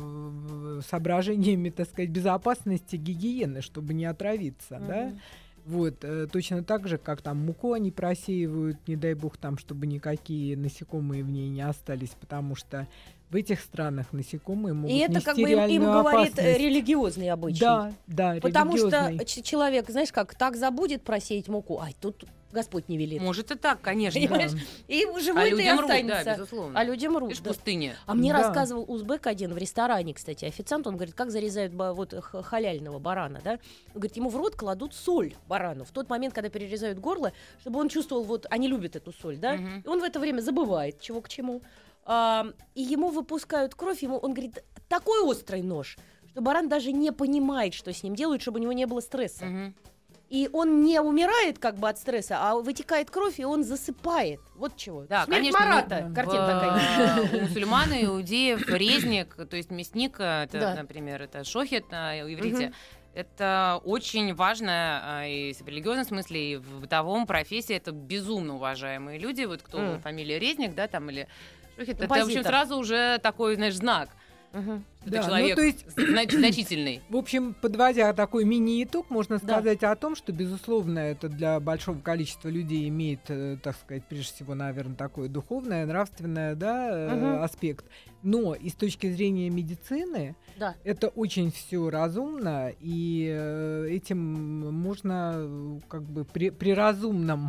Speaker 5: э, соображениями, так сказать, безопасности, гигиены, чтобы не отравиться, да?
Speaker 2: Мгм.
Speaker 5: Вот, э, точно так же, как там муку они просеивают, не дай бог там, чтобы никакие насекомые в ней не остались, потому что в этих странах насекомые могут
Speaker 2: И это
Speaker 5: нести
Speaker 2: как бы им, им
Speaker 5: реальную
Speaker 2: говорит э,
Speaker 5: опасность.
Speaker 2: религиозный обычай.
Speaker 5: Да, да,
Speaker 2: Потому что
Speaker 5: религиозный.
Speaker 2: ч- человек, знаешь как, так забудет просеять муку, ай, тут Господь не велит.
Speaker 3: Может и так, конечно.
Speaker 2: Понимаешь?
Speaker 5: Да.
Speaker 2: И
Speaker 3: А
Speaker 2: живой и
Speaker 3: люди мрут, да,
Speaker 2: останется.
Speaker 3: безусловно.
Speaker 2: А люди мрут.
Speaker 3: Ты ж в
Speaker 2: да.
Speaker 3: пустыне.
Speaker 2: А мне
Speaker 5: Да.
Speaker 2: рассказывал узбек один в ресторане, кстати, официант, он говорит, как зарезают ба- вот х- халяльного барана, да? Он говорит, ему в рот кладут соль барану в тот момент, когда перерезают горло, чтобы он чувствовал, вот они любят эту соль, да?
Speaker 3: Мгм.
Speaker 2: И он в это время забывает, чего к чему. А, и ему выпускают кровь, ему, он говорит, такой острый нож, что баран даже не понимает, что с ним делают, чтобы у него не было стресса.
Speaker 3: Мгм.
Speaker 2: И он не умирает как бы от стресса, а вытекает кровь, и он засыпает. Вот чего.
Speaker 3: Да,
Speaker 2: Смерть
Speaker 3: конечно,
Speaker 2: Марата.
Speaker 3: мы-
Speaker 2: Картина
Speaker 3: в-
Speaker 2: такая.
Speaker 3: У мусульман и иудеев резник, то есть мясник, это,
Speaker 2: Да.
Speaker 3: например, это шохет на иврите, Это очень важная а, и в религиозном смысле, и в бытовом профессии. Это безумно уважаемые люди. Вот кто
Speaker 2: М.
Speaker 3: фамилия Резник, да, там, или Шухин, это, в
Speaker 2: Композитор.
Speaker 3: общем, сразу уже такой, знаешь, знак.
Speaker 2: Мгм.
Speaker 3: Это
Speaker 5: Да, ну,
Speaker 3: человек
Speaker 5: то есть-
Speaker 3: зна- значительный.
Speaker 5: В общем, подводя такой мини-итог, можно
Speaker 2: Да.
Speaker 5: сказать о том, что, безусловно, это для большого количества людей имеет, э, так сказать, прежде всего, наверное, такое духовное, нравственное, да, э,
Speaker 2: Мгм.
Speaker 5: аспект. Но и с точки зрения медицины
Speaker 2: Да.
Speaker 5: это очень все разумно, и э, этим можно э, как бы при, при разумном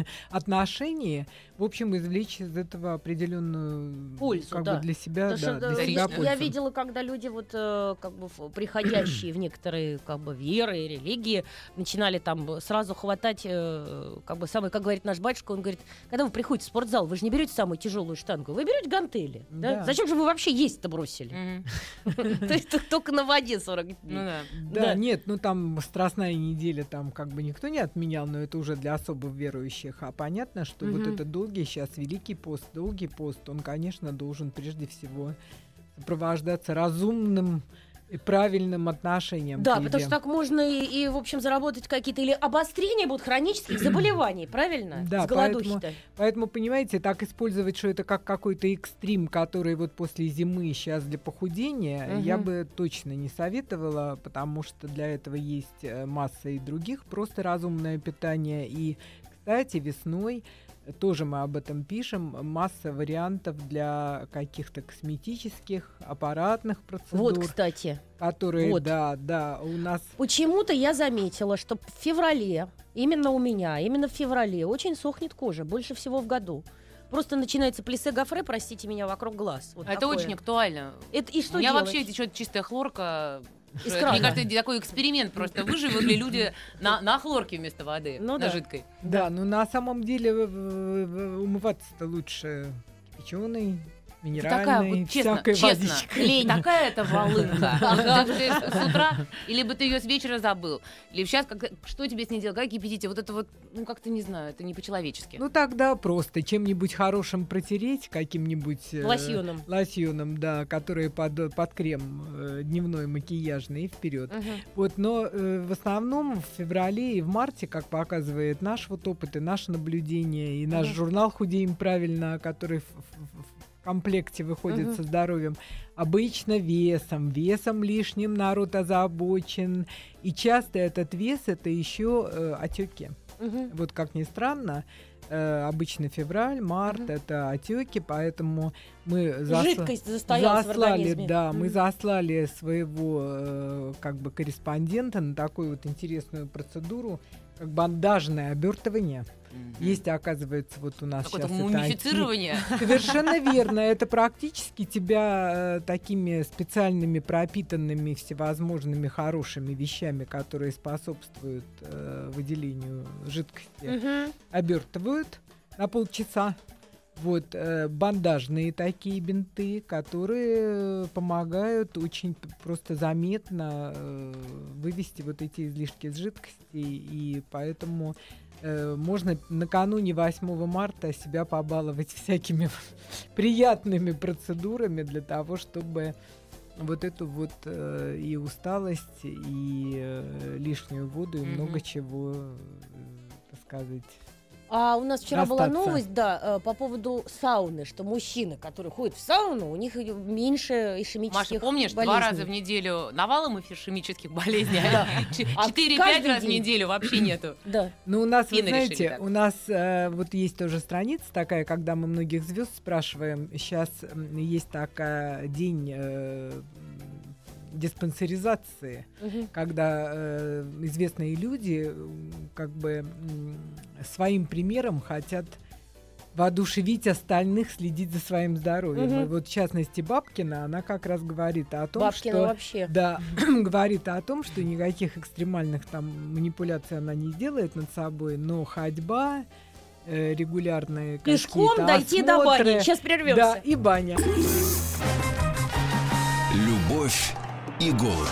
Speaker 5: отношении, в общем, извлечь из этого определенную
Speaker 2: Пользу,
Speaker 5: как
Speaker 2: да.
Speaker 5: бы для себя,
Speaker 2: Потому
Speaker 5: да,
Speaker 2: что,
Speaker 5: для
Speaker 2: э,
Speaker 5: себя
Speaker 2: я,
Speaker 5: пользу.
Speaker 2: я видела, когда люди вот э, как бы в- приходящие в некоторые как бы веры и религии начинали там сразу хватать э, как бы самый, как говорит наш батюшка, он говорит, когда вы приходите в спортзал, вы же не берете самую тяжелую штангу, вы берете гантели, да?
Speaker 5: Да.
Speaker 2: Зачем же вы вообще есть-то бросили?
Speaker 3: Мгм.
Speaker 2: То есть только на воде сорок дней.
Speaker 3: Ну да.
Speaker 5: Да,
Speaker 2: Да.
Speaker 5: нет, ну там страстная неделя, там как бы никто не отменял, но это уже для особо верующих. А понятно, что вот
Speaker 2: Мгм.
Speaker 5: этот долгий сейчас Великий пост, долгий пост, он, конечно, должен прежде всего сопровождаться разумным и правильным отношением
Speaker 2: Да,
Speaker 5: к еде.
Speaker 2: потому что так можно и, и, в общем, заработать какие-то или обострения будут хронических заболеваний, правильно?
Speaker 5: Да,
Speaker 2: С голодухи-то.
Speaker 5: Поэтому, понимаете, так использовать, что это как какой-то экстрим, который вот после зимы сейчас для похудения,
Speaker 2: Мгм.
Speaker 5: я бы точно не советовала, потому что для этого есть э, масса и других, просто разумное питание. И, кстати, весной, э, тоже мы об этом пишем, масса вариантов для каких-то косметических, аппаратных процедур,
Speaker 2: Вот, кстати.
Speaker 5: которые,
Speaker 2: вот.
Speaker 5: да, да, у нас...
Speaker 2: Почему-то я заметила, что в феврале, именно у меня, именно в феврале очень сохнет кожа, больше всего в году. Просто начинается плессе-гофре, простите меня, вокруг глаз. Вот
Speaker 3: Это
Speaker 2: такое.
Speaker 3: очень актуально.
Speaker 2: Это, и что
Speaker 3: У меня
Speaker 2: делать?
Speaker 3: вообще течет чистая хлорка.
Speaker 2: Из
Speaker 3: Что это,
Speaker 2: крана.
Speaker 3: мне кажется, это такой эксперимент просто. Выживут ли люди на, на хлорке вместо воды,
Speaker 2: Ну
Speaker 3: на
Speaker 2: да.
Speaker 3: жидкой?
Speaker 5: Да, ну на самом деле в- в- в- умываться-то лучше кипяченой,
Speaker 3: Ты
Speaker 5: минеральной,
Speaker 3: такая, вот честно,
Speaker 5: всякой
Speaker 3: честно,
Speaker 5: водичкой.
Speaker 3: лень, такая это волынка. Вот ты с утра, или бы ты ее с вечера забыл, или сейчас, как, что тебе с ней делать, как кипятить, вот это вот, ну как-то не знаю, это не по-человечески.
Speaker 5: Ну тогда просто чем-нибудь хорошим протереть, каким-нибудь... э,
Speaker 2: Лосьоном.
Speaker 5: Лосьоном, да, который под, под крем э, дневной макияжный и вперед.
Speaker 2: Мгм.
Speaker 5: Вот, но э, в основном в феврале и в марте, как показывает наш вот опыт и наше наблюдение, и наш
Speaker 2: Мгм.
Speaker 5: журнал «Худеем правильно», который в, в- в комплекте выходит
Speaker 2: Мгм.
Speaker 5: со здоровьем, обычно весом, весом лишним народ озабочен. И часто этот вес — это еще э, отеки.
Speaker 2: Мгм.
Speaker 5: Вот как ни странно, э, обычно февраль, март
Speaker 2: Мгм.
Speaker 5: это отеки, поэтому мы засла-
Speaker 2: Жидкость застоялась в
Speaker 5: заслали,
Speaker 2: организме.
Speaker 5: да, мы
Speaker 2: Мгм.
Speaker 5: заслали своего э, как бы корреспондента на такую вот интересную процедуру, как бандажное обертывание.
Speaker 3: Мгм.
Speaker 5: Есть, оказывается, вот у нас
Speaker 3: Какое-то
Speaker 5: сейчас это
Speaker 3: мумифицирование.
Speaker 5: Совершенно верно. Это практически тебя э, такими специальными пропитанными всевозможными хорошими вещами, которые способствуют э, выделению жидкости,
Speaker 2: Мгм.
Speaker 5: обертывают на полчаса. Вот э, бандажные такие бинты, которые помогают очень п- просто заметно э, вывести вот эти излишки из жидкости, и поэтому э, можно накануне восьмого марта себя побаловать всякими приятными процедурами для того, чтобы вот эту вот э, и усталость, и э, лишнюю воду, и
Speaker 3: Мгм.
Speaker 5: много чего, э, так сказать.
Speaker 2: А у нас вчера была
Speaker 5: Расстаться.
Speaker 2: новость, да, э, по поводу сауны, что мужчины, которые ходят в сауну, у них меньше ишемических
Speaker 3: Маша, помнишь,
Speaker 2: болезней.
Speaker 3: два раза в неделю навалом ишемических болезней,
Speaker 2: Да.
Speaker 3: а ч-
Speaker 2: А
Speaker 3: четыре-пять
Speaker 2: каждый
Speaker 3: раз в
Speaker 2: день?
Speaker 3: неделю вообще нету.
Speaker 2: Да.
Speaker 5: Ну, у нас, вы
Speaker 3: Финны решили
Speaker 5: знаете,
Speaker 3: так.
Speaker 5: у нас э, вот есть тоже страница такая, когда мы многих звезд спрашиваем. Сейчас есть такая день э, диспансеризации,
Speaker 2: Мгм.
Speaker 5: когда э, известные люди м, как бы м, своим примером хотят воодушевить остальных следить за своим здоровьем.
Speaker 2: Мгм.
Speaker 5: И вот в частности Бабкина, она как раз говорит о том,
Speaker 2: Бабкина
Speaker 5: что...
Speaker 2: вообще.
Speaker 5: Да, говорит о том, что никаких экстремальных там манипуляций она не сделает над собой, но ходьба, э, регулярные
Speaker 2: Пешком
Speaker 5: какие-то
Speaker 2: дойти до бани.
Speaker 5: осмотры,
Speaker 2: Сейчас прервемся.
Speaker 5: да, и баня.
Speaker 1: Любовь и голуби.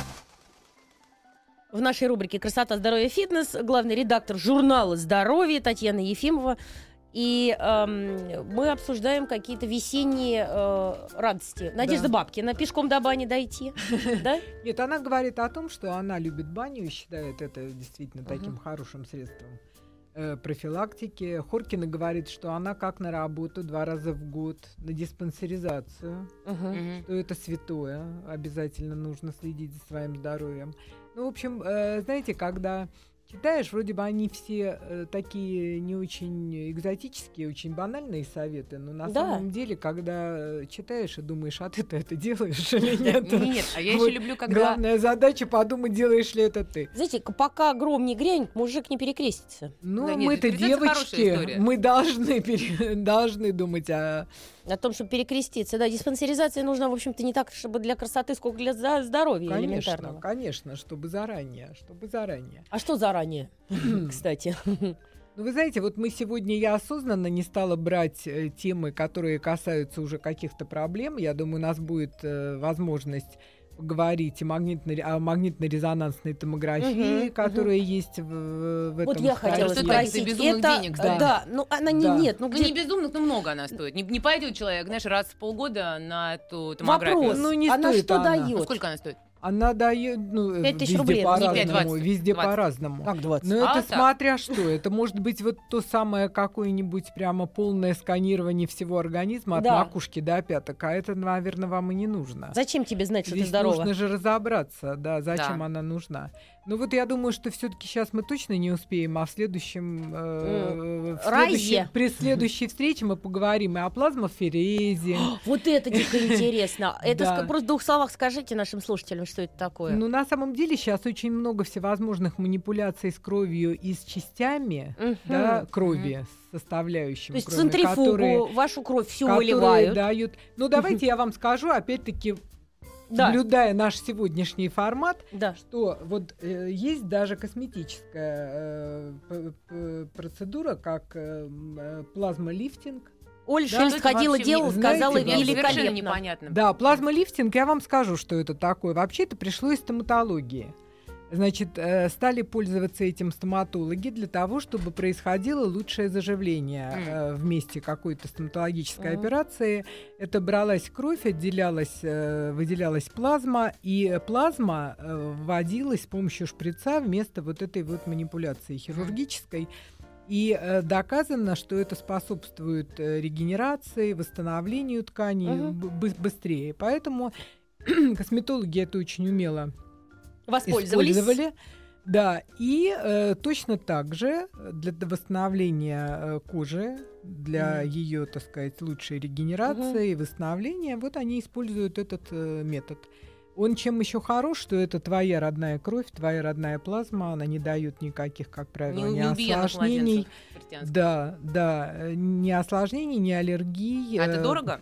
Speaker 2: В нашей рубрике «Красота, здоровье, фитнес» главный редактор журнала «Здоровье» Татьяна Ефимова. И эм, мы обсуждаем какие-то весенние э, радости. Надежда
Speaker 5: Да.
Speaker 2: Бабкина, пешком до бани дойти. Да?
Speaker 5: Нет, она говорит о том, что она любит баню и считает это действительно
Speaker 2: Мгм.
Speaker 5: таким хорошим средством э, профилактики. Хоркина говорит, что она как на работу два раза в год, на диспансеризацию,
Speaker 2: Мгм.
Speaker 3: Мгм.
Speaker 5: что это святое, обязательно нужно следить за своим здоровьем. Ну, в общем, э, знаете, когда читаешь, вроде бы они все э, такие не очень экзотические, очень банальные советы, но на
Speaker 2: Да.
Speaker 5: самом деле, когда э, читаешь и думаешь, а ты-то это делаешь или нет?
Speaker 3: Нет, а я
Speaker 5: Вот
Speaker 3: еще люблю, когда...
Speaker 5: Главная задача подумать, делаешь ли это ты.
Speaker 2: Знаете, к- пока гром не грянет, мужик не перекрестится.
Speaker 5: Ну,
Speaker 3: Да нет,
Speaker 5: мы-то
Speaker 3: перекреститься хорошая
Speaker 5: девочки,
Speaker 3: история.
Speaker 5: мы должны, пере- должны думать о...
Speaker 2: О том, чтобы перекреститься. Да, диспансеризация нужна, в общем-то, не так, чтобы для красоты, сколько для зда- здоровья
Speaker 5: Конечно,
Speaker 2: элементарного.
Speaker 5: конечно, чтобы заранее, чтобы заранее.
Speaker 2: А что заранее, кстати?
Speaker 5: Ну, вы знаете, вот мы сегодня, я осознанно не стала брать э, темы, которые касаются уже каких-то проблем. Я думаю, у нас будет э, возможность поговорить и магнитно- о магнитно-резонансной томографии,
Speaker 2: Мгм,
Speaker 5: которая есть в, в этом
Speaker 2: Вот я хотела
Speaker 3: Что
Speaker 5: статье.
Speaker 3: это
Speaker 2: спросить.
Speaker 3: безумных
Speaker 2: Это,
Speaker 3: денег
Speaker 2: да.
Speaker 5: стоит.
Speaker 2: ну она не,
Speaker 5: Да.
Speaker 2: нет, ну
Speaker 3: Ну,
Speaker 2: где
Speaker 3: не безумных, но много она стоит. Не, не пойдет человек, знаешь, раз в полгода на эту томографию.
Speaker 2: вопрос,
Speaker 5: Ну, не
Speaker 2: она
Speaker 5: стоит
Speaker 2: что
Speaker 5: она.
Speaker 2: дает?
Speaker 3: Ну, сколько она стоит?
Speaker 5: Она дает, ну, э,
Speaker 2: Пять тысяч
Speaker 5: везде
Speaker 2: рублей, не
Speaker 3: пять,
Speaker 5: по-разному,
Speaker 3: двадцать,
Speaker 5: везде
Speaker 3: двадцать.
Speaker 5: по-разному.
Speaker 2: Как двадцать?
Speaker 5: Ну,
Speaker 3: А,
Speaker 5: это
Speaker 3: так.
Speaker 5: смотря что. Это может быть вот то самое какое-нибудь прямо полное сканирование всего организма от
Speaker 2: Да.
Speaker 5: макушки до пяток. А это, наверное, вам и не нужно.
Speaker 2: Зачем тебе знать, что ты
Speaker 5: Здесь
Speaker 2: здорова?
Speaker 5: нужно же разобраться, да, зачем
Speaker 3: Да.
Speaker 5: она нужна. Ну вот я думаю, что все-таки сейчас мы точно не успеем, а в следующем, э, в
Speaker 2: Райзе.
Speaker 5: следующей- при следующей встрече мы поговорим и о плазмоферезе.
Speaker 2: Вот это дико интересно. Это
Speaker 5: Да.
Speaker 2: ска- просто в двух словах скажите нашим слушателям, что это такое.
Speaker 5: Ну, на самом деле сейчас очень много всевозможных манипуляций с кровью и с частями,
Speaker 2: Мгм.
Speaker 5: да, крови, с составляющими,
Speaker 2: То есть
Speaker 5: крови,
Speaker 2: центрифугу,
Speaker 5: которые,
Speaker 2: вашу кровь всю
Speaker 5: которые
Speaker 2: выливают.
Speaker 5: дают. Ну, давайте я вам скажу, опять-таки,
Speaker 2: Да,
Speaker 5: наблюдая наш сегодняшний формат,
Speaker 2: да.
Speaker 5: что вот э, есть даже косметическая э, п- п- процедура, как э, м, э, плазмолифтинг.
Speaker 2: Оля
Speaker 5: Да,
Speaker 2: Шельц
Speaker 3: это
Speaker 2: ходила,
Speaker 3: вообще
Speaker 2: делала,
Speaker 5: мне-
Speaker 2: сказала
Speaker 5: знаете,
Speaker 3: Мне совершенно
Speaker 2: великолепно.
Speaker 3: непонятно.
Speaker 5: Да, плазмолифтинг, я вам скажу, что это такое. Вообще это пришло из стоматологии. Значит, э, стали пользоваться этим стоматологи для того, чтобы происходило лучшее заживление
Speaker 3: Мгм.
Speaker 5: э, в месте какой-то стоматологической
Speaker 2: Мгм.
Speaker 5: операции. Это бралась кровь, отделялась, э, выделялась плазма, и плазма э, вводилась с помощью шприца вместо вот этой вот манипуляции хирургической. И э, доказано, что это способствует э, регенерации, восстановлению тканей
Speaker 2: Мгм.
Speaker 5: б- бы- быстрее. Поэтому косметологи это очень умело
Speaker 2: Воспользовались.
Speaker 5: использовали. Да, и э, точно так же для д- восстановления э, кожи, для
Speaker 2: Мгм.
Speaker 5: ее, так сказать, лучшей регенерации и восстановления, вот они используют этот э, метод. Он чем еще хорош, что это твоя родная кровь, твоя родная плазма, она не дает никаких, как правило,
Speaker 3: Не,
Speaker 5: ни
Speaker 3: не убиенных
Speaker 5: осложнений.
Speaker 3: младенцев христианских.
Speaker 5: Да, да, э, ни осложнений, ни аллергий.
Speaker 3: А это
Speaker 5: э,
Speaker 3: дорого?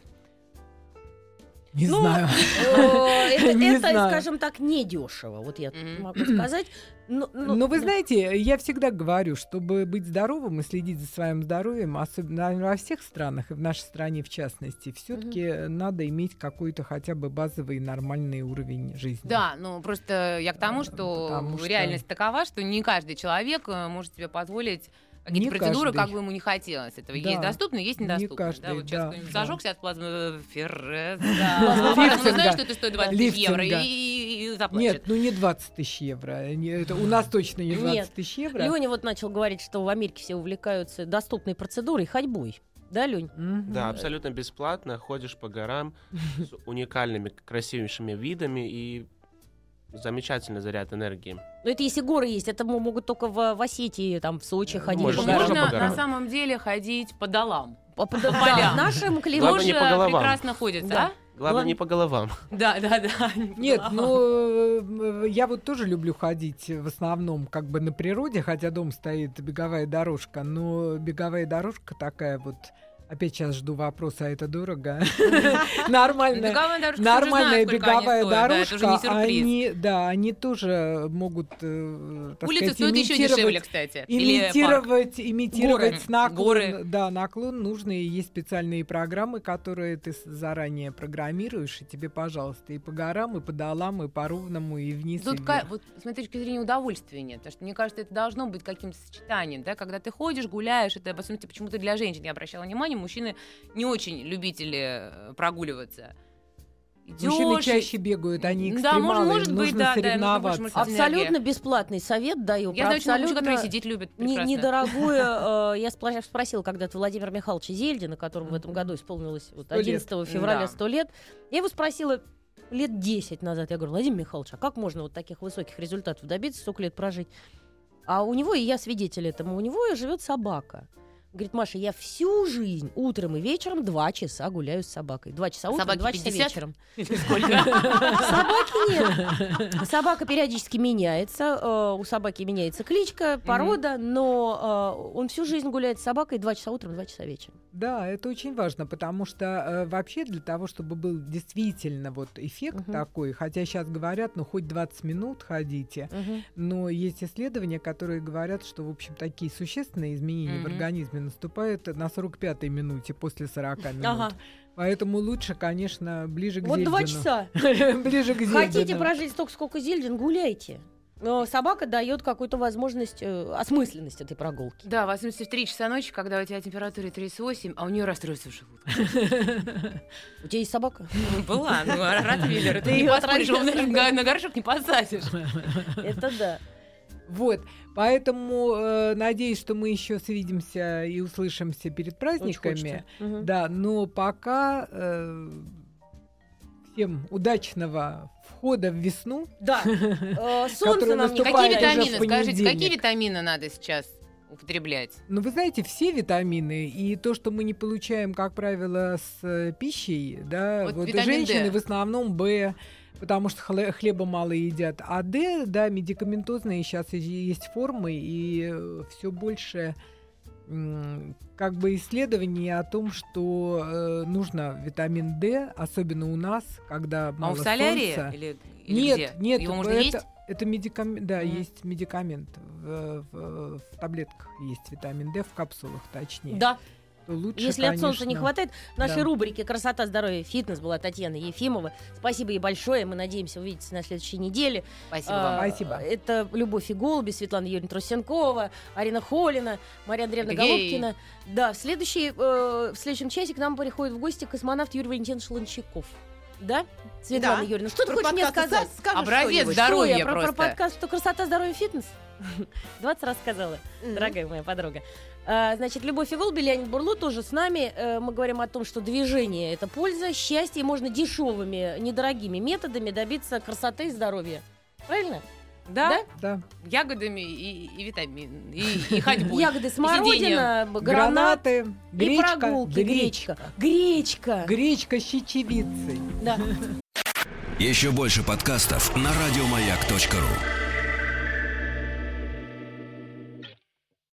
Speaker 5: Не
Speaker 2: Ну,
Speaker 5: знаю.
Speaker 2: Э, Это,
Speaker 5: Не
Speaker 2: это,
Speaker 5: знаю.
Speaker 2: скажем так, недешево. Вот я
Speaker 3: Мгм.
Speaker 2: могу сказать. Но, но-
Speaker 5: Но вы знаете, я всегда говорю, чтобы быть здоровым и следить за своим здоровьем, особенно наверное, во всех странах, и в нашей стране в частности, все-таки надо иметь какой-то хотя бы базовый нормальный уровень жизни.
Speaker 3: Да, ну просто я к тому, что
Speaker 5: Потому что-
Speaker 3: реальность такова, что не каждый человек э, может себе позволить какие-то
Speaker 5: Не
Speaker 3: процедуры,
Speaker 5: каждый.
Speaker 3: как бы ему не хотелось этого.
Speaker 5: Да.
Speaker 3: Есть доступные, есть
Speaker 5: Не
Speaker 3: недоступные.
Speaker 5: каждый,
Speaker 3: да, вот сейчас
Speaker 5: да,
Speaker 3: кто-нибудь
Speaker 5: да.
Speaker 3: зажегся от плазмоферез,
Speaker 2: Плазмоферез.
Speaker 3: он
Speaker 5: Лифтинга.
Speaker 3: знает, что это стоит двадцать тысяч евро, и,
Speaker 5: Лифтинга.
Speaker 3: и- и заплачет.
Speaker 5: Нет, ну не двадцать тысяч евро. Не, это у нас точно не двадцать
Speaker 2: Нет.
Speaker 5: тысяч евро.
Speaker 2: Леня вот начал говорить, что в Америке все увлекаются доступной процедурой, ходьбой. Да, Лень?
Speaker 5: Мгм.
Speaker 4: Да, абсолютно бесплатно, ходишь по горам с уникальными, красивейшими видами и замечательный заряд энергии.
Speaker 2: Но это если горы есть, это мо- могут только в, в Осетии, там, в Сочи ходить.
Speaker 4: можно,
Speaker 2: по
Speaker 4: можно
Speaker 2: горам.
Speaker 3: Можно
Speaker 4: по горам.
Speaker 3: на самом деле ходить по долам.
Speaker 2: По, по-
Speaker 3: по
Speaker 2: да,
Speaker 3: полям.
Speaker 2: в нашем климате.
Speaker 4: Главное, не
Speaker 3: Тоже
Speaker 4: по головам.
Speaker 3: прекрасно ходится,
Speaker 2: Да.
Speaker 3: а?
Speaker 4: Главное,
Speaker 2: Главное-
Speaker 4: не по головам.
Speaker 3: Да, да, да. не по
Speaker 5: Нет,
Speaker 3: головам.
Speaker 5: ну э, я вот тоже люблю ходить в основном как бы на природе, хотя дом стоит беговая дорожка, но беговая дорожка такая вот Опять сейчас жду вопроса, а это дорого? Нормальная
Speaker 3: Беговая дорожка,
Speaker 5: нормальная
Speaker 3: все же знают, сколько они
Speaker 5: беговая
Speaker 3: стоят, да, это
Speaker 5: дорожка,
Speaker 3: уже не сюрприз.
Speaker 5: они, да, они тоже могут, э, так
Speaker 3: Улица
Speaker 5: сказать,
Speaker 3: стоит еще
Speaker 5: имитировать-
Speaker 3: дешевле, кстати. Или парк.
Speaker 5: Имитировать, имитировать
Speaker 3: Горы.
Speaker 5: наклон,
Speaker 3: Горы.
Speaker 5: да, наклон нужно, и есть специальные программы, которые ты с- заранее программируешь, и тебе, пожалуйста, и по горам, и по долам, и по ровному, и вниз,
Speaker 3: Тут
Speaker 5: и
Speaker 3: ка-
Speaker 5: вверх.
Speaker 3: вот с моей точки зрения удовольствия нет, потому что мне кажется, это должно быть каким-то сочетанием, да, когда ты ходишь, гуляешь, это в особенности почему-то для женщин, я обращала внимание, мужчины не очень любители э, прогуливаться.
Speaker 5: Мужчины
Speaker 3: Идёшь,
Speaker 5: чаще бегают, они
Speaker 3: Да,
Speaker 5: экстремалы,
Speaker 3: может- может
Speaker 5: им
Speaker 3: быть,
Speaker 5: нужно
Speaker 3: да, да, им нужно
Speaker 5: соревноваться.
Speaker 3: больше мышц.
Speaker 2: Абсолютно
Speaker 3: Энергия.
Speaker 2: бесплатный совет даю.
Speaker 3: Я
Speaker 2: про
Speaker 3: знаю человека,
Speaker 2: абсолютно
Speaker 3: который сидит, любит
Speaker 2: не-
Speaker 3: прекрасно.
Speaker 2: недорогую. э, Я спла- спросила когда-то Владимира Михайловича Зельдина, которому в этом году исполнилось вот,
Speaker 5: Сто лет.
Speaker 2: одиннадцатого февраля
Speaker 3: Да.
Speaker 2: сто лет. Я его спросила лет десять назад. Я говорю: Владимир Михайлович, а как можно вот таких высоких результатов добиться, столько лет прожить? А у него, и я свидетель этому, у него живет собака. Говорит: Маша, я всю жизнь утром и вечером два часа гуляю с собакой. Два часа утром,
Speaker 3: Собаке
Speaker 2: два часа
Speaker 3: пятьдесят?
Speaker 2: вечером.
Speaker 3: Сколько?
Speaker 2: Собаки нет. Собака периодически меняется. э, У собаки меняется кличка, порода, но э, он всю жизнь гуляет с собакой два часа утром, два часа вечером.
Speaker 5: Да, это очень важно, потому что э, вообще для того, чтобы был действительно вот эффект
Speaker 2: Мгм.
Speaker 5: такой, хотя сейчас говорят, ну хоть двадцать минут ходите, но есть исследования, которые говорят, что, в общем, такие существенные изменения в
Speaker 3: Мгм.
Speaker 5: организме наступают на сорок пятой минуте после сорока минут.
Speaker 2: Ага.
Speaker 5: Поэтому лучше, конечно, ближе к
Speaker 2: Вот два
Speaker 5: Зельдину.
Speaker 2: часа.
Speaker 5: Ближе к Зельдину.
Speaker 2: Хотите прожить столько, сколько Зельдин, гуляйте. Но собака дает какую-то возможность, э, осмысленность этой прогулки.
Speaker 3: Да, в особенности в три часа ночи, когда у тебя температура тридцать восемь, а у нее расстройство желудка.
Speaker 2: У тебя есть собака?
Speaker 3: Была, ну, а Ротвейлер, это
Speaker 2: Ты
Speaker 3: не
Speaker 2: её
Speaker 3: поспоришь, его
Speaker 2: отравила.
Speaker 3: на на горшок не посадишь.
Speaker 2: Это да.
Speaker 5: Вот, поэтому э, надеюсь, что мы еще свидимся и услышимся перед
Speaker 2: Очень
Speaker 5: праздниками.
Speaker 2: хочется. Мгм.
Speaker 5: Да, но пока э, всем удачного входа в весну.
Speaker 2: Да. Э, Солнце
Speaker 5: Которое
Speaker 2: нам не
Speaker 5: наступает
Speaker 3: Какие
Speaker 5: уже
Speaker 2: хватает.
Speaker 3: витамины,
Speaker 5: в
Speaker 3: скажите, какие
Speaker 5: понедельник.
Speaker 3: витамины надо сейчас употреблять?
Speaker 5: Ну, вы знаете, все витамины и то, что мы не получаем, как правило, с э, пищей, да,
Speaker 3: Вот
Speaker 5: вот
Speaker 3: витамин
Speaker 5: женщины
Speaker 3: Д.
Speaker 5: в основном Б, потому что хле- хлеба мало едят, а Д, да, медикаментозные сейчас есть формы, и все больше м, как бы исследований о том, что э, нужно витамин Д, особенно у нас, когда
Speaker 3: А он
Speaker 5: мало
Speaker 3: в солярии?
Speaker 5: солнца.
Speaker 3: Или, или
Speaker 5: Нет,
Speaker 3: где?
Speaker 5: нет,
Speaker 3: Его можно
Speaker 5: это,
Speaker 3: есть?
Speaker 5: это медикамент, да,
Speaker 3: Мгм.
Speaker 5: есть медикамент в, в- в таблетках есть витамин Д, в капсулах точнее.
Speaker 2: Да.
Speaker 5: То лучше,
Speaker 2: Если от солнца не
Speaker 5: конечно,
Speaker 2: хватает, в нашей
Speaker 5: Да.
Speaker 2: рубрике «Красота, здоровье, фитнес» была Татьяна Ефимова. Спасибо ей большое. Мы надеемся увидеться на следующей неделе.
Speaker 3: Спасибо
Speaker 2: А,
Speaker 3: вам.
Speaker 5: Спасибо.
Speaker 2: Это «Любовь и голуби», Светлана Юрьевна Трусенкова, Арина Холина, Мария Андреевна
Speaker 3: Эгей.
Speaker 2: Голубкина. Да, в, следующий, э, в следующем часе к нам приходит в гости космонавт Юрий Валентинович Ланчаков. Да, Светлана
Speaker 6: Да.
Speaker 2: Юрьевна, что ты
Speaker 6: Про
Speaker 2: хочешь мне
Speaker 6: подкасты
Speaker 2: сказать?
Speaker 6: Са- скажешь
Speaker 3: Образец
Speaker 6: что-нибудь?
Speaker 3: здоровья.
Speaker 2: Что я про, про
Speaker 3: просто.
Speaker 2: подкаст, что красота, здоровье, фитнес? двадцать раз сказала,
Speaker 6: Мгм.
Speaker 2: дорогая моя подруга. А, значит, «Любовь и голуби», Леонид Бурло тоже с нами. Э, Мы говорим о том, что движение — это польза, счастье, и можно дешевыми, недорогими методами добиться красоты и здоровья. Правильно?
Speaker 3: Да,
Speaker 5: Да.
Speaker 3: ягодами и, и витамин, и, и ходьбой.
Speaker 2: Ягоды,
Speaker 3: и сиденьем.
Speaker 2: смородина, гранат
Speaker 5: Гранаты,
Speaker 2: и
Speaker 5: гречка,
Speaker 2: прогулки, гречка. Гречка.
Speaker 5: Гречка с чечевицей.
Speaker 2: Да.
Speaker 1: Еще больше подкастов на радиомаяк точка ру.